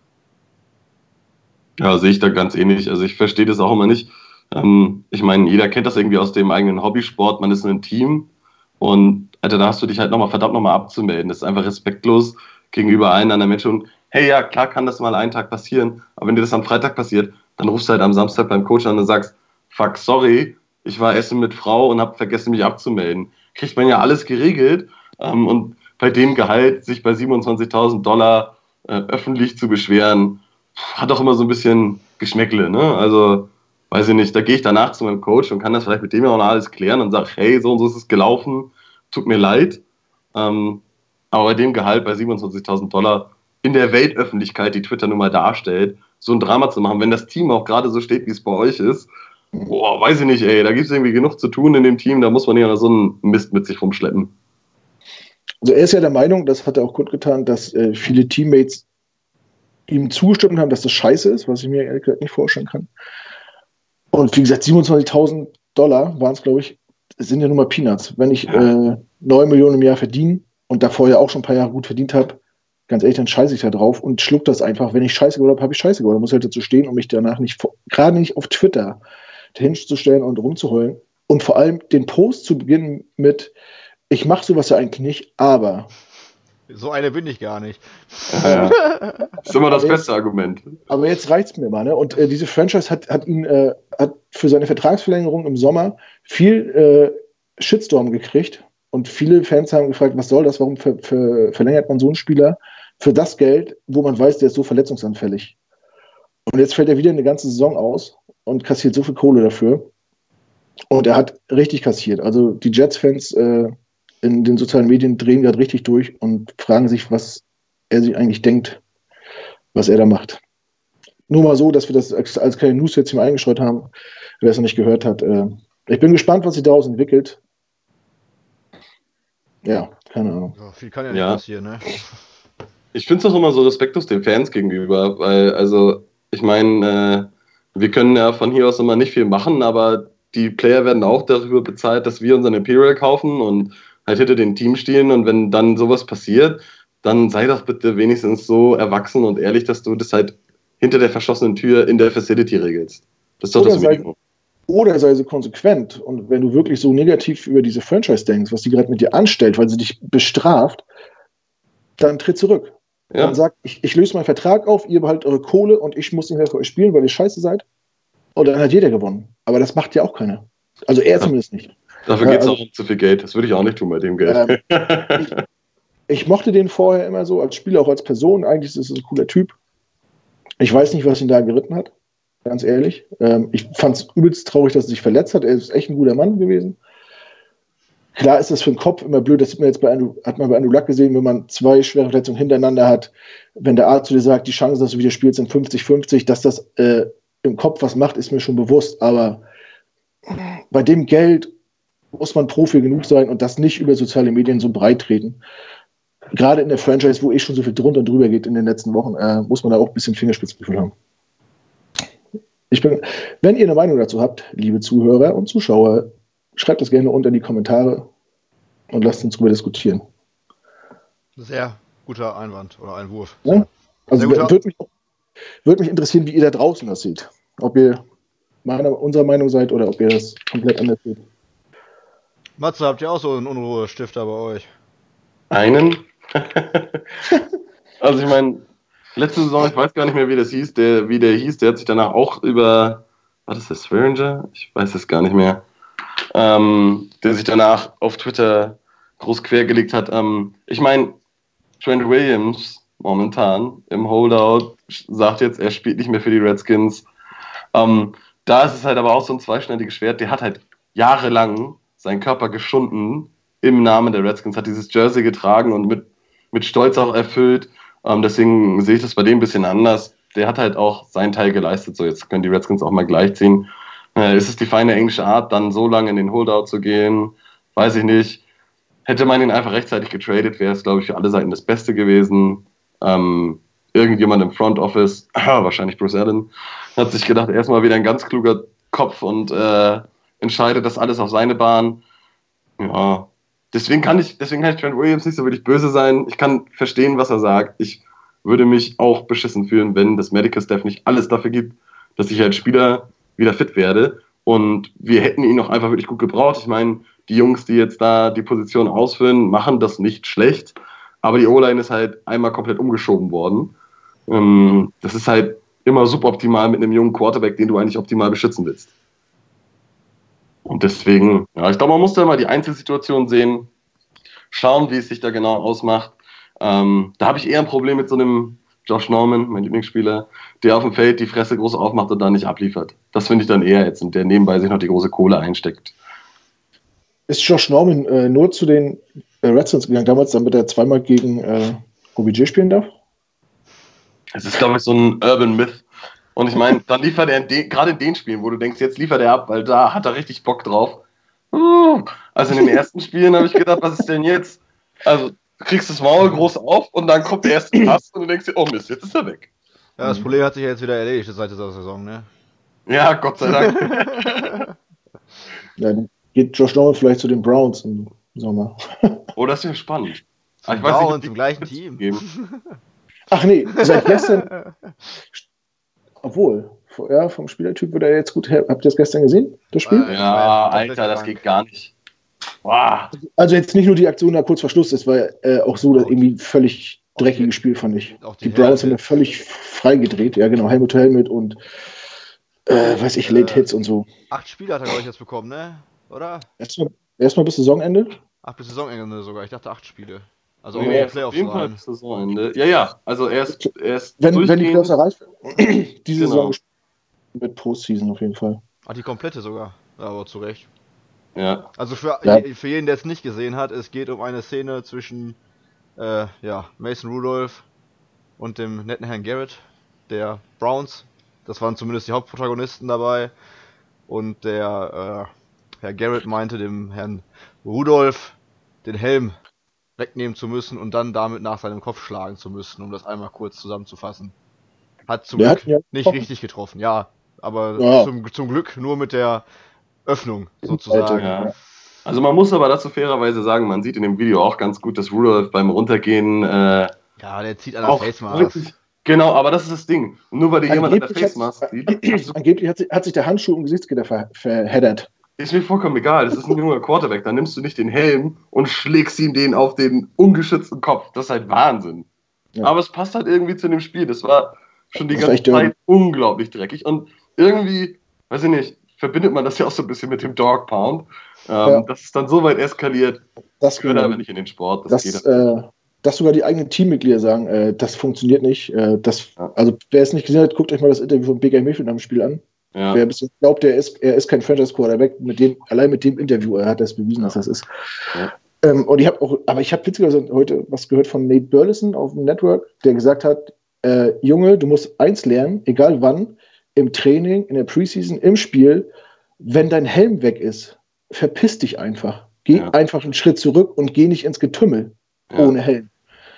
Ja, sehe ich da ganz ähnlich. Also ich verstehe das auch immer nicht. Ich meine, jeder kennt das irgendwie aus dem eigenen Hobbysport. Man ist in einem Team und Alter, da hast du dich halt verdammt nochmal abzumelden. Das ist einfach respektlos gegenüber allen anderen Menschen. Und hey, ja, klar kann das mal einen Tag passieren, aber wenn dir das am Freitag passiert, dann rufst du halt am Samstag beim Coach an und sagst, fuck, sorry, ich war essen mit Frau und habe vergessen, mich abzumelden. Kriegt man ja alles geregelt und bei dem Gehalt sich bei $27.000 öffentlich zu beschweren, hat auch immer so ein bisschen Geschmäckle, ne? Also, weiß ich nicht, da gehe ich danach zu meinem Coach und kann das vielleicht mit dem ja auch noch alles klären und sage, hey, so und so ist es gelaufen, tut mir leid. Aber bei dem Gehalt bei $27.000 in der Weltöffentlichkeit, die Twitter nun mal darstellt, so ein Drama zu machen, wenn das Team auch gerade so steht, wie es bei euch ist, boah, weiß ich nicht, ey, da gibt es irgendwie genug zu tun in dem Team, da muss man ja so einen Mist mit sich rumschleppen. Also er ist ja der Meinung, das hat er auch kundgetan, dass viele Teammates ihm zugestimmt haben, dass das scheiße ist, was ich mir ehrlich gesagt nicht vorstellen kann. Und wie gesagt, $27.000 waren es, glaube ich, sind ja nur mal Peanuts. Wenn ich 9 Millionen im Jahr verdiene und davor ja auch schon ein paar Jahre gut verdient habe, ganz ehrlich, dann scheiße ich da drauf und schluck das einfach. Wenn ich Scheiße geholt habe, habe ich Scheiße geholt. Da muss ich halt dazu stehen und mich danach nicht, gerade nicht auf Twitter hinzustellen und rumzuheulen. Und vor allem den Post zu beginnen mit, ich mache sowas ja eigentlich nicht, aber. So eine bin ich gar nicht. Ja. Ist immer das beste Argument. Aber jetzt reicht's mir mal, ne? Und diese Franchise hat ihn hat für seine Vertragsverlängerung im Sommer viel Shitstorm gekriegt. Und viele Fans haben gefragt, was soll das? Warum verlängert man so einen Spieler für das Geld, wo man weiß, der ist so verletzungsanfällig? Und jetzt fällt er wieder eine ganze Saison aus und kassiert so viel Kohle dafür. Und er hat richtig kassiert. Also die Jets-Fans in den sozialen Medien drehen gerade richtig durch und fragen sich, was er sich eigentlich denkt, was er da macht. Nur mal so, dass wir das als kleine News jetzt hier mal eingestreut haben, wer es noch nicht gehört hat. Ich bin gespannt, was sich daraus entwickelt. Ja, keine Ahnung. Ja, viel kann ja nicht passieren, ne? Ich finde es auch immer so respektlos den Fans gegenüber, weil, also, ich meine, wir können ja von hier aus immer nicht viel machen, aber die Player werden auch darüber bezahlt, dass wir unseren Imperial kaufen und halt hinter den Team stehen, und wenn dann sowas passiert, dann sei doch bitte wenigstens so erwachsen und ehrlich, dass du das halt hinter der verschlossenen Tür in der Facility regelst. Das ist doch das Minimum. Oder sei so konsequent, und wenn du wirklich so negativ über diese Franchise denkst, was die gerade mit dir anstellt, weil sie dich bestraft, dann tritt zurück. Ja. Dann sag, ich löse meinen Vertrag auf, ihr behaltet eure Kohle und ich muss nicht mehr für euch spielen, weil ihr scheiße seid. Und dann hat jeder gewonnen. Aber das macht ja auch keiner. Also er zumindest nicht. Dafür geht es auch um zu viel Geld. Das würde ich auch nicht tun bei dem Geld. Ich mochte den vorher immer so, als Spieler, auch als Person. Eigentlich ist es ein cooler Typ. Ich weiß nicht, was ihn da geritten hat. Ganz ehrlich. Ich fand es übelst traurig, dass er sich verletzt hat. Er ist echt ein guter Mann gewesen. Klar ist das für den Kopf immer blöd. Das hat man bei Andrew Luck gesehen, wenn man 2 schwere Verletzungen hintereinander hat. Wenn der Arzt zu dir sagt, die Chancen, dass du wieder spielst, sind 50-50, dass das im Kopf was macht, ist mir schon bewusst. Aber bei dem Geld muss man Profi genug sein und das nicht über soziale Medien so breit treten. Gerade in der Franchise, wo schon so viel drunter und drüber geht in den letzten Wochen, muss man da auch ein bisschen Fingerspitzengefühl haben. Wenn ihr eine Meinung dazu habt, liebe Zuhörer und Zuschauer, schreibt das gerne unter in die Kommentare und lasst uns darüber diskutieren. Sehr guter Einwand oder Einwurf. Ja? Also würde mich interessieren, wie ihr da draußen das seht. Ob ihr unserer Meinung seid oder ob ihr das komplett anders seht. Matze, habt ihr auch so einen Unruhestifter bei euch? Einen? Also ich meine, letzte Saison, ich weiß gar nicht mehr, wie der hieß, der hat sich danach auch war das der Swearinger? Ich weiß es gar nicht mehr. Der sich danach auf Twitter groß quergelegt hat. Ich meine, Trent Williams momentan im Holdout sagt jetzt, er spielt nicht mehr für die Redskins. Da ist es halt aber auch so ein zweischneidiges Schwert. Der hat halt jahrelang seinen Körper geschunden im Namen der Redskins, hat dieses Jersey getragen und mit Stolz auch erfüllt. Deswegen sehe ich das bei dem ein bisschen anders. Der hat halt auch seinen Teil geleistet. So, jetzt können die Redskins auch mal gleichziehen. Ist es die feine englische Art, dann so lange in den Holdout zu gehen? Weiß ich nicht. Hätte man ihn einfach rechtzeitig getradet, wäre es, glaube ich, für alle Seiten das Beste gewesen. Irgendjemand im Front Office, wahrscheinlich Bruce Allen, hat sich gedacht, erstmal wieder ein ganz kluger Kopf und entscheidet das alles auf seine Bahn. Ja, deswegen kann ich Trent Williams nicht so wirklich böse sein. Ich kann verstehen, was er sagt. Ich würde mich auch beschissen fühlen, wenn das Medical Staff nicht alles dafür gibt, dass ich als Spieler wieder fit werde. Und wir hätten ihn auch einfach wirklich gut gebraucht. Ich meine, die Jungs, die jetzt da die Position ausfüllen, machen das nicht schlecht. Aber die O-Line ist halt einmal komplett umgeschoben worden. Das ist halt immer suboptimal mit einem jungen Quarterback, den du eigentlich optimal beschützen willst. Und deswegen, ja, ich glaube, man muss da mal die Einzelsituation sehen, schauen, wie es sich da genau ausmacht. Da habe ich eher ein Problem mit so einem Josh Norman, mein Lieblingsspieler, der auf dem Feld die Fresse groß aufmacht und da nicht abliefert. Das finde ich dann eher jetzt, und der nebenbei sich noch die große Kohle einsteckt. Ist Josh Norman nur zu den Redskins gegangen damals, damit er zweimal gegen OBJ spielen darf? Es ist, glaube ich, so ein Urban Myth. Und ich meine, dann liefert er gerade in den Spielen, wo du denkst, jetzt liefert er ab, weil da hat er richtig Bock drauf. Also in den ersten Spielen habe ich gedacht, was ist denn jetzt? Also du kriegst das Maul groß auf und dann kommt der erste Pass und du denkst dir, oh Mist, jetzt ist er weg. Ja, das Problem hat sich ja jetzt wieder erledigt seit dieser Saison, ne? Ja, Gott sei Dank. Ja, dann geht Josh Norman vielleicht zu den Browns im Sommer. Oh, das wäre spannend. Zum Ich weiß nicht, ob Browns die im gleichen Tipps Team. geben. Ach nee, seit gestern. Obwohl, ja, vom Spielertyp wird er jetzt gut her. Habt ihr das gestern gesehen, das Spiel? Das war Ja, komplett Alter, das krank. geht gar nicht. Boah. Also jetzt nicht nur die Aktion da kurz vor Schluss, es war auch so, dass irgendwie völlig dreckiges Spiel, fand ich. Auch Die Browns haben ja Helmets. völlig freigedreht. Ja, genau, Helmut Helmet und weiß ich, Late Hits und so. 8 Spiele hat er, glaube ich, jetzt bekommen, ne? Oder? Erstmal bis Saisonende. 8 bis Saisonende sogar. Ich dachte 8 Spiele. Also auch Nee, in die er ist auf Playoffs jeden Fall rein. bis Saisonende. Ja, also er ist Wenn die durchgehend- Playoffs erreicht werden, diese Genau. Saison gespielt mit Postseason auf jeden Fall. Ach, die komplette sogar. Ja, aber zu Recht. Ja, Also für Ja. jeden, der es nicht gesehen hat, es geht um eine Szene zwischen Mason Rudolph und dem netten Herrn Garrett, der Browns. Das waren zumindest die Hauptprotagonisten dabei. Und der Herr Garrett meinte dem Herrn Rudolph, den Helm wegnehmen zu müssen und dann damit nach seinem Kopf schlagen zu müssen, um das einmal kurz zusammenzufassen. Hat zum Der Glück hat ihn ja nicht getroffen. richtig getroffen, ja. Aber Ja. zum Glück nur mit der Öffnung sozusagen. ja. Also man muss aber dazu fairerweise sagen, man sieht in dem Video auch ganz gut, dass Rudolph beim Runtergehen Ja, der zieht an der auch Face Mask. wirklich. Genau, aber das ist das Ding. Nur weil dir jemand an der Angeblich Face Mask sieht, Angeblich hat sich der Handschuh im Gesichtsgitter verheddert. ist mir vollkommen egal. Das ist ein junger Quarterback. Dann nimmst du nicht den Helm und schlägst ihm den auf den ungeschützten Kopf. Das ist halt Wahnsinn. Ja. Aber es passt halt irgendwie zu dem Spiel. Das war schon die Das war ganze echt dirty. Zeit unglaublich dreckig. Und irgendwie, weiß ich nicht, verbindet man das ja auch so ein bisschen mit dem Dog Pound. Ja. Das ist dann so weit eskaliert. Das Das gehört aber nicht in den Sport. Das geht dass sogar die eigenen Teammitglieder sagen, das funktioniert nicht. Ja. Also wer es nicht gesehen hat, guckt euch mal das Interview von Baker Mayfield am Spiel an. Ja. Wer ein bisschen glaubt, er ist kein Franchise-Quarterback, allein mit dem Interview hat er es bewiesen, dass das ist. Ja. Und ich habe witzigerweise heute was gehört von Nate Burleson auf dem Network, der gesagt hat, Junge, du musst eins lernen, egal wann, im Training, in der Preseason, im Spiel, wenn dein Helm weg ist, verpiss dich einfach. Geh einfach einen Schritt zurück und geh nicht ins Getümmel ohne Helm.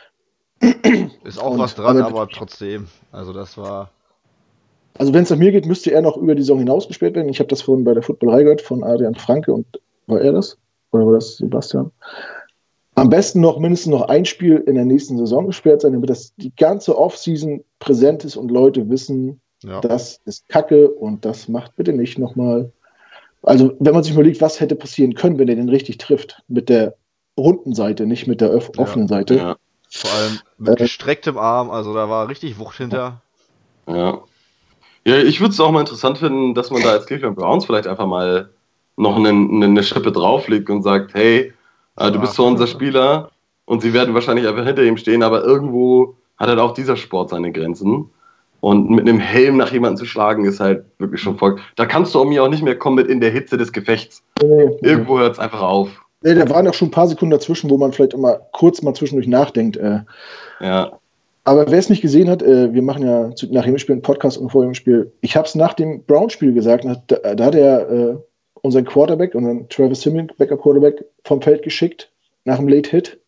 Ist auch Und- was dran, aber- aber trotzdem. Also das war. Also wenn es nach mir geht, müsste er noch über die Saison hinaus gesperrt werden. Ich habe das vorhin bei der Footballerei gehört von Adrian Franke und war er das? Oder war das Sebastian? Am besten mindestens noch ein Spiel in der nächsten Saison gesperrt sein, damit das die ganze Offseason präsent ist und Leute wissen, Ja. das ist Kacke und das macht bitte nicht nochmal. Also wenn man sich überlegt, was hätte passieren können, wenn er den richtig trifft, mit der runden Seite, nicht mit der offenen Seite. Ja. Vor allem mit gestrecktem Arm, also da war richtig Wucht hinter. Ja. Ja, ich würde es auch mal interessant finden, dass man da als Cleveland Browns vielleicht einfach mal noch eine Schippe drauflegt und sagt, hey, du bist zwar unser Spieler und sie werden wahrscheinlich einfach hinter ihm stehen, aber irgendwo hat halt auch dieser Sport seine Grenzen. Und mit einem Helm nach jemandem zu schlagen, ist halt wirklich schon voll. Da kannst du mir auch nicht mehr kommen mit in der Hitze des Gefechts. Irgendwo hört es einfach auf. Nee, da waren auch schon ein paar Sekunden dazwischen, wo man vielleicht immer kurz mal zwischendurch nachdenkt. Ja. Aber wer es nicht gesehen hat, wir machen ja nach dem Spiel einen Podcast und vor dem Spiel. Ich habe es nach dem Brown-Spiel gesagt, da hat er unseren Quarterback, unseren Travis Simmons, Backup-Quarterback, vom Feld geschickt, nach dem Late-Hit.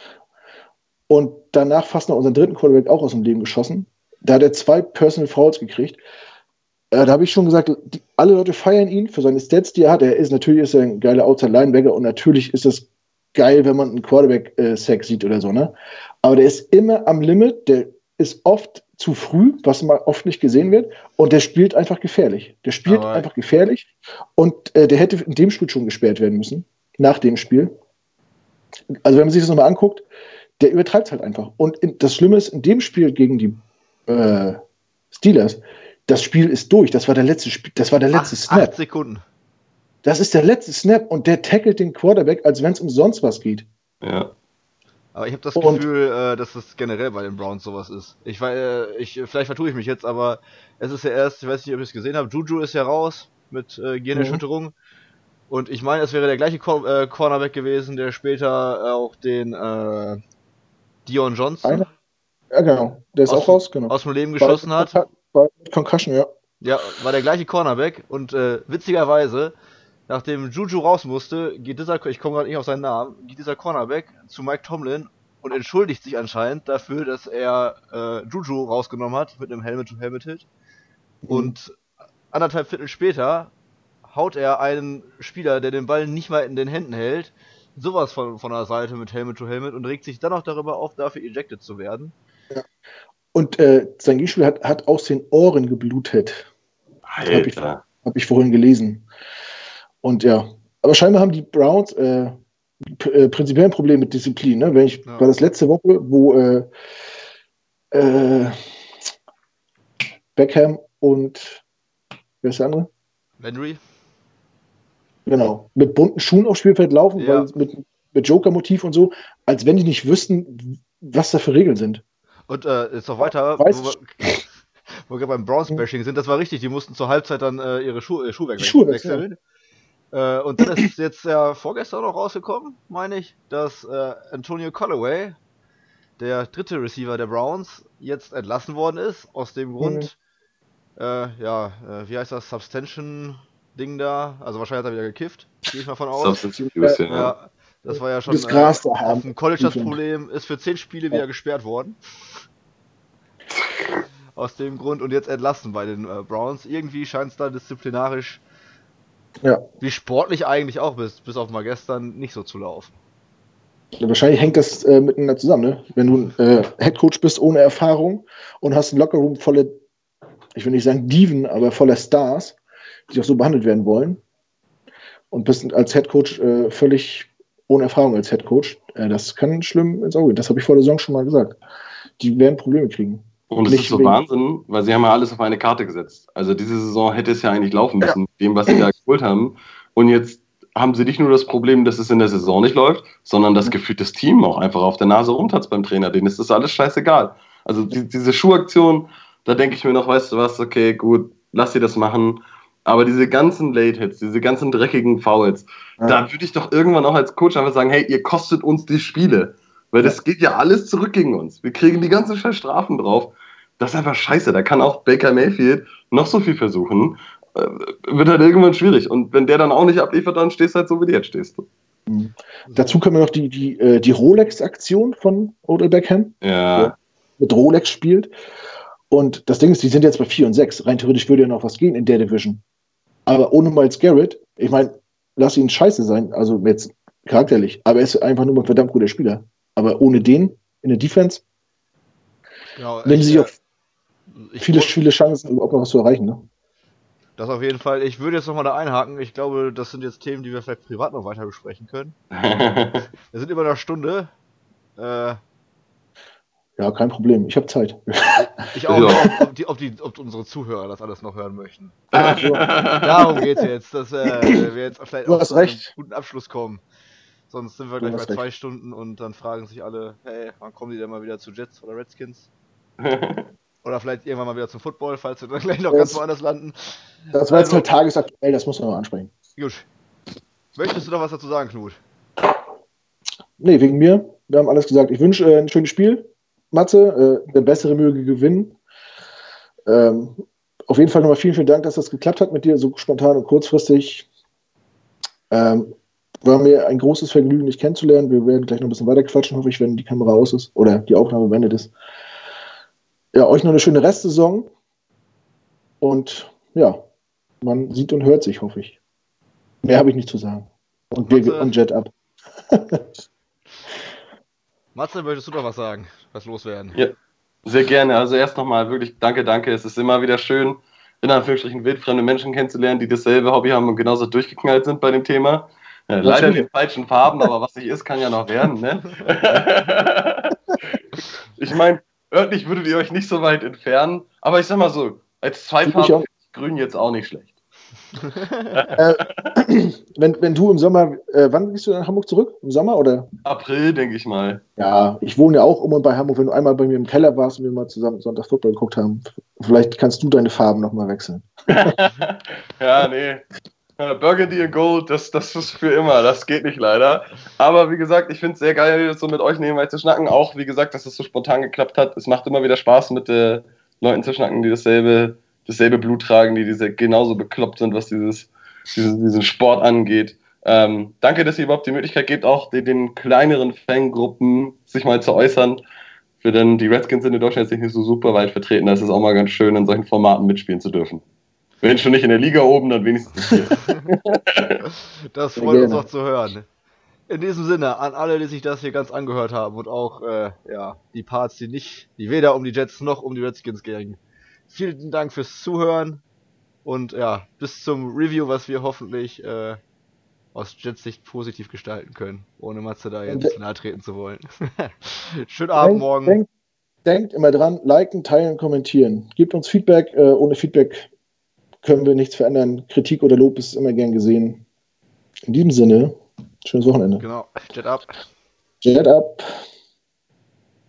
Und danach fast noch unseren dritten Quarterback auch aus dem Leben geschossen. Da hat er 2 Personal Fouls gekriegt. Da habe ich schon gesagt, alle Leute feiern ihn für seine Stats, die er hat. Natürlich ist er ein geiler Outside-Linebacker und natürlich ist das geil, wenn man einen Quarterback-Sack sieht oder so, ne? Aber der ist immer am Limit, der ist oft zu früh, was mal oft nicht gesehen wird, und der spielt einfach gefährlich. Und der hätte in dem Spiel schon gesperrt werden müssen, nach dem Spiel. Also wenn man sich das nochmal anguckt, der übertreibt es halt einfach. Und das Schlimme ist, in dem Spiel gegen die Steelers, das Spiel ist durch. Das war der letzte Snap. 8 Sekunden. Das ist der letzte Snap und der tackelt den Quarterback, als wenn es um sonst was geht. Ja. Aber ich habe das Gefühl, dass es generell bei den Browns sowas ist. Vielleicht vertue ich mich jetzt, aber es ist ja erst, ich weiß nicht, ob ich es gesehen habe, Juju ist ja raus mit Gehirnerschütterung. Und ich meine, es wäre der gleiche Cornerback gewesen, der später auch den Dion Johnson Ja, genau. Der ist auch raus, genau. aus dem Leben geschossen hat. Bei Concussion, ja. Ja, war der gleiche Cornerback. Und witzigerweise, nachdem Juju raus musste, geht dieser, ich komme gerade nicht auf seinen Namen, geht dieser Cornerback zu Mike Tomlin und entschuldigt sich anscheinend dafür, dass er Juju rausgenommen hat mit einem Helmet-to-Helmet-Hit. Und 1,5 Viertel später haut er einen Spieler, der den Ball nicht mal in den Händen hält, sowas von der Seite mit Helmet-to-Helmet und regt sich dann auch darüber auf, dafür ejected zu werden. Ja. Und sein Gegenspieler hat aus den Ohren geblutet. Habe ich vorhin gelesen. Und ja, aber scheinbar haben die Browns prinzipiell ein Problem mit Disziplin. Ne? War das letzte Woche, wo Beckham und wer ist der andere? Landry. Genau. Mit bunten Schuhen aufs Spielfeld laufen, weil mit Joker-Motiv und so, als wenn die nicht wüssten, was da für Regeln sind. Und jetzt noch weiter, wo wir beim Browns-Bashing sind, das war richtig, die mussten zur Halbzeit dann ihre Schuhwerk wechseln. Und dann ist jetzt ja vorgestern noch rausgekommen, meine ich, dass Antonio Callaway, der dritte Receiver der Browns, jetzt entlassen worden ist, aus dem Grund, wie heißt das, Substantion-Ding da, also wahrscheinlich hat er wieder gekifft, gehe ich mal von aus. Ja, das war ja schon ein College das Problem, ist für 10 Spiele wieder gesperrt worden. Aus dem Grund und jetzt entlassen bei den Browns. Irgendwie scheint es da disziplinarisch, wie sportlich eigentlich auch bis auf mal gestern, nicht so zu laufen. Ja, wahrscheinlich hängt das miteinander zusammen, ne? Wenn du Headcoach bist ohne Erfahrung und hast einen Lockerroom voller, ich will nicht sagen Diven, aber voller Stars, die auch so behandelt werden wollen und bist als Headcoach völlig ohne Erfahrung als Headcoach, das kann schlimm ins Auge. Das habe ich vor der Saison schon mal gesagt. Die werden Probleme kriegen. Und es ist so Wahnsinn, weil sie haben ja alles auf eine Karte gesetzt. Also diese Saison hätte es ja eigentlich laufen müssen, mit dem, was sie da geholt haben. Und jetzt haben sie nicht nur das Problem, dass es in der Saison nicht läuft, sondern das gefühlt das Team auch einfach auf der Nase rumtatzt beim Trainer. Denen ist das alles scheißegal. Also diese Schuhaktion, da denke ich mir noch, weißt du was, okay, gut, lass sie das machen. Aber diese ganzen Late-Hits, diese ganzen dreckigen Fouls, da würde ich doch irgendwann auch als Coach einfach sagen, hey, ihr kostet uns die Spiele. Weil das geht ja alles zurück gegen uns. Wir kriegen die ganzen scheiß Strafen drauf. Das ist einfach scheiße. Da kann auch Baker Mayfield noch so viel versuchen. Wird halt irgendwann schwierig. Und wenn der dann auch nicht abliefert, dann stehst du halt so, wie du jetzt stehst. Mhm. Dazu können wir noch die Rolex-Aktion von Odell Beckham. Ja. Mit Rolex spielt. Und das Ding ist, die sind jetzt bei 4 und 6. Rein theoretisch würde ja noch was gehen in der Division. Aber ohne Myles Garrett, ich meine, lass ihn scheiße sein, also jetzt charakterlich, aber er ist einfach nur ein verdammt guter Spieler. Aber ohne den in der Defense nehmen sie sich auch viele Chancen, überhaupt noch was zu erreichen. Ne? Das auf jeden Fall. Ich würde jetzt nochmal da einhaken. Ich glaube, das sind jetzt Themen, die wir vielleicht privat noch weiter besprechen können. Wir sind über eine Stunde. Ja, kein Problem. Ich habe Zeit. Ich auch. Ob unsere Zuhörer das alles noch hören möchten. Darum geht es jetzt, dass wir jetzt vielleicht auf einen guten Abschluss kommen. Sonst sind wir gleich bei 2 Stunden und dann fragen sich alle, hey, wann kommen die denn mal wieder zu Jets oder Redskins? Oder vielleicht irgendwann mal wieder zum Football, falls wir dann gleich noch ganz woanders landen. Das war jetzt halt tagesaktuell, das muss man mal ansprechen. Gut. Möchtest du noch was dazu sagen, Knut? Nee, wegen mir. Wir haben alles gesagt. Ich wünsche ein schönes Spiel. Matze, der bessere möge gewinnen. Auf jeden Fall nochmal vielen Dank, dass das geklappt hat mit dir, so spontan und kurzfristig. War mir ein großes Vergnügen, dich kennenzulernen. Wir werden gleich noch ein bisschen weiter quatschen, hoffe ich, wenn die Kamera aus ist oder die Aufnahme beendet ist. Ja, euch noch eine schöne Restsaison. Und ja, man sieht und hört sich, hoffe ich. Mehr habe ich nicht zu sagen. Und Jet ab. Matze, möchtest du noch was sagen? Was loswerden? Ja, sehr gerne. Also erst nochmal wirklich danke. Es ist immer wieder schön, in Anführungsstrichen wildfremde Menschen kennenzulernen, die dasselbe Hobby haben und genauso durchgeknallt sind bei dem Thema. Ja, leider in den falschen Farben, aber was nicht ist, kann ja noch werden. Ne? Ich meine, örtlich würdet ihr euch nicht so weit entfernen, aber ich sag mal so, als Zweitfarbe ist Grün jetzt auch nicht schlecht. Wenn du im Sommer, wann gehst du nach Hamburg zurück? Im Sommer oder? April, denke ich mal. Ja, ich wohne ja auch um und bei Hamburg. Wenn du einmal bei mir im Keller warst und wir mal zusammen Sonntag Football geguckt haben, vielleicht kannst du deine Farben nochmal wechseln. Ja, nee. Burgundy und Gold, das ist für immer, das geht nicht leider. Aber wie gesagt, ich finde es sehr geil, so mit euch nebenbei zu schnacken. Auch, wie gesagt, dass es so spontan geklappt hat. Es macht immer wieder Spaß, mit Leuten zu schnacken, die dasselbe Blut tragen, die genauso bekloppt sind, was diesen Sport angeht. Danke, dass ihr überhaupt die Möglichkeit gebt, auch den kleineren Fangruppen sich mal zu äußern. Für denn die Redskins sind in Deutschland jetzt nicht so super weit vertreten. Da ist es auch mal ganz schön, in solchen Formaten mitspielen zu dürfen. Wenn schon nicht in der Liga oben, dann wenigstens hier. Das freut uns auch zu hören. In diesem Sinne, an alle, die sich das hier ganz angehört haben und auch die Parts, die weder um die Jets noch um die Redskins gingen. Vielen Dank fürs Zuhören und bis zum Review, was wir hoffentlich aus Jets Sicht positiv gestalten können, ohne Matze da jetzt nahe treten zu wollen. Schönen Abend morgen. Denkt immer dran, liken, teilen, kommentieren. Gebt uns Feedback. Ohne Feedback können wir nichts verändern. Kritik oder Lob ist immer gern gesehen. In diesem Sinne, schönes Wochenende. Genau. Jet up. Jet up.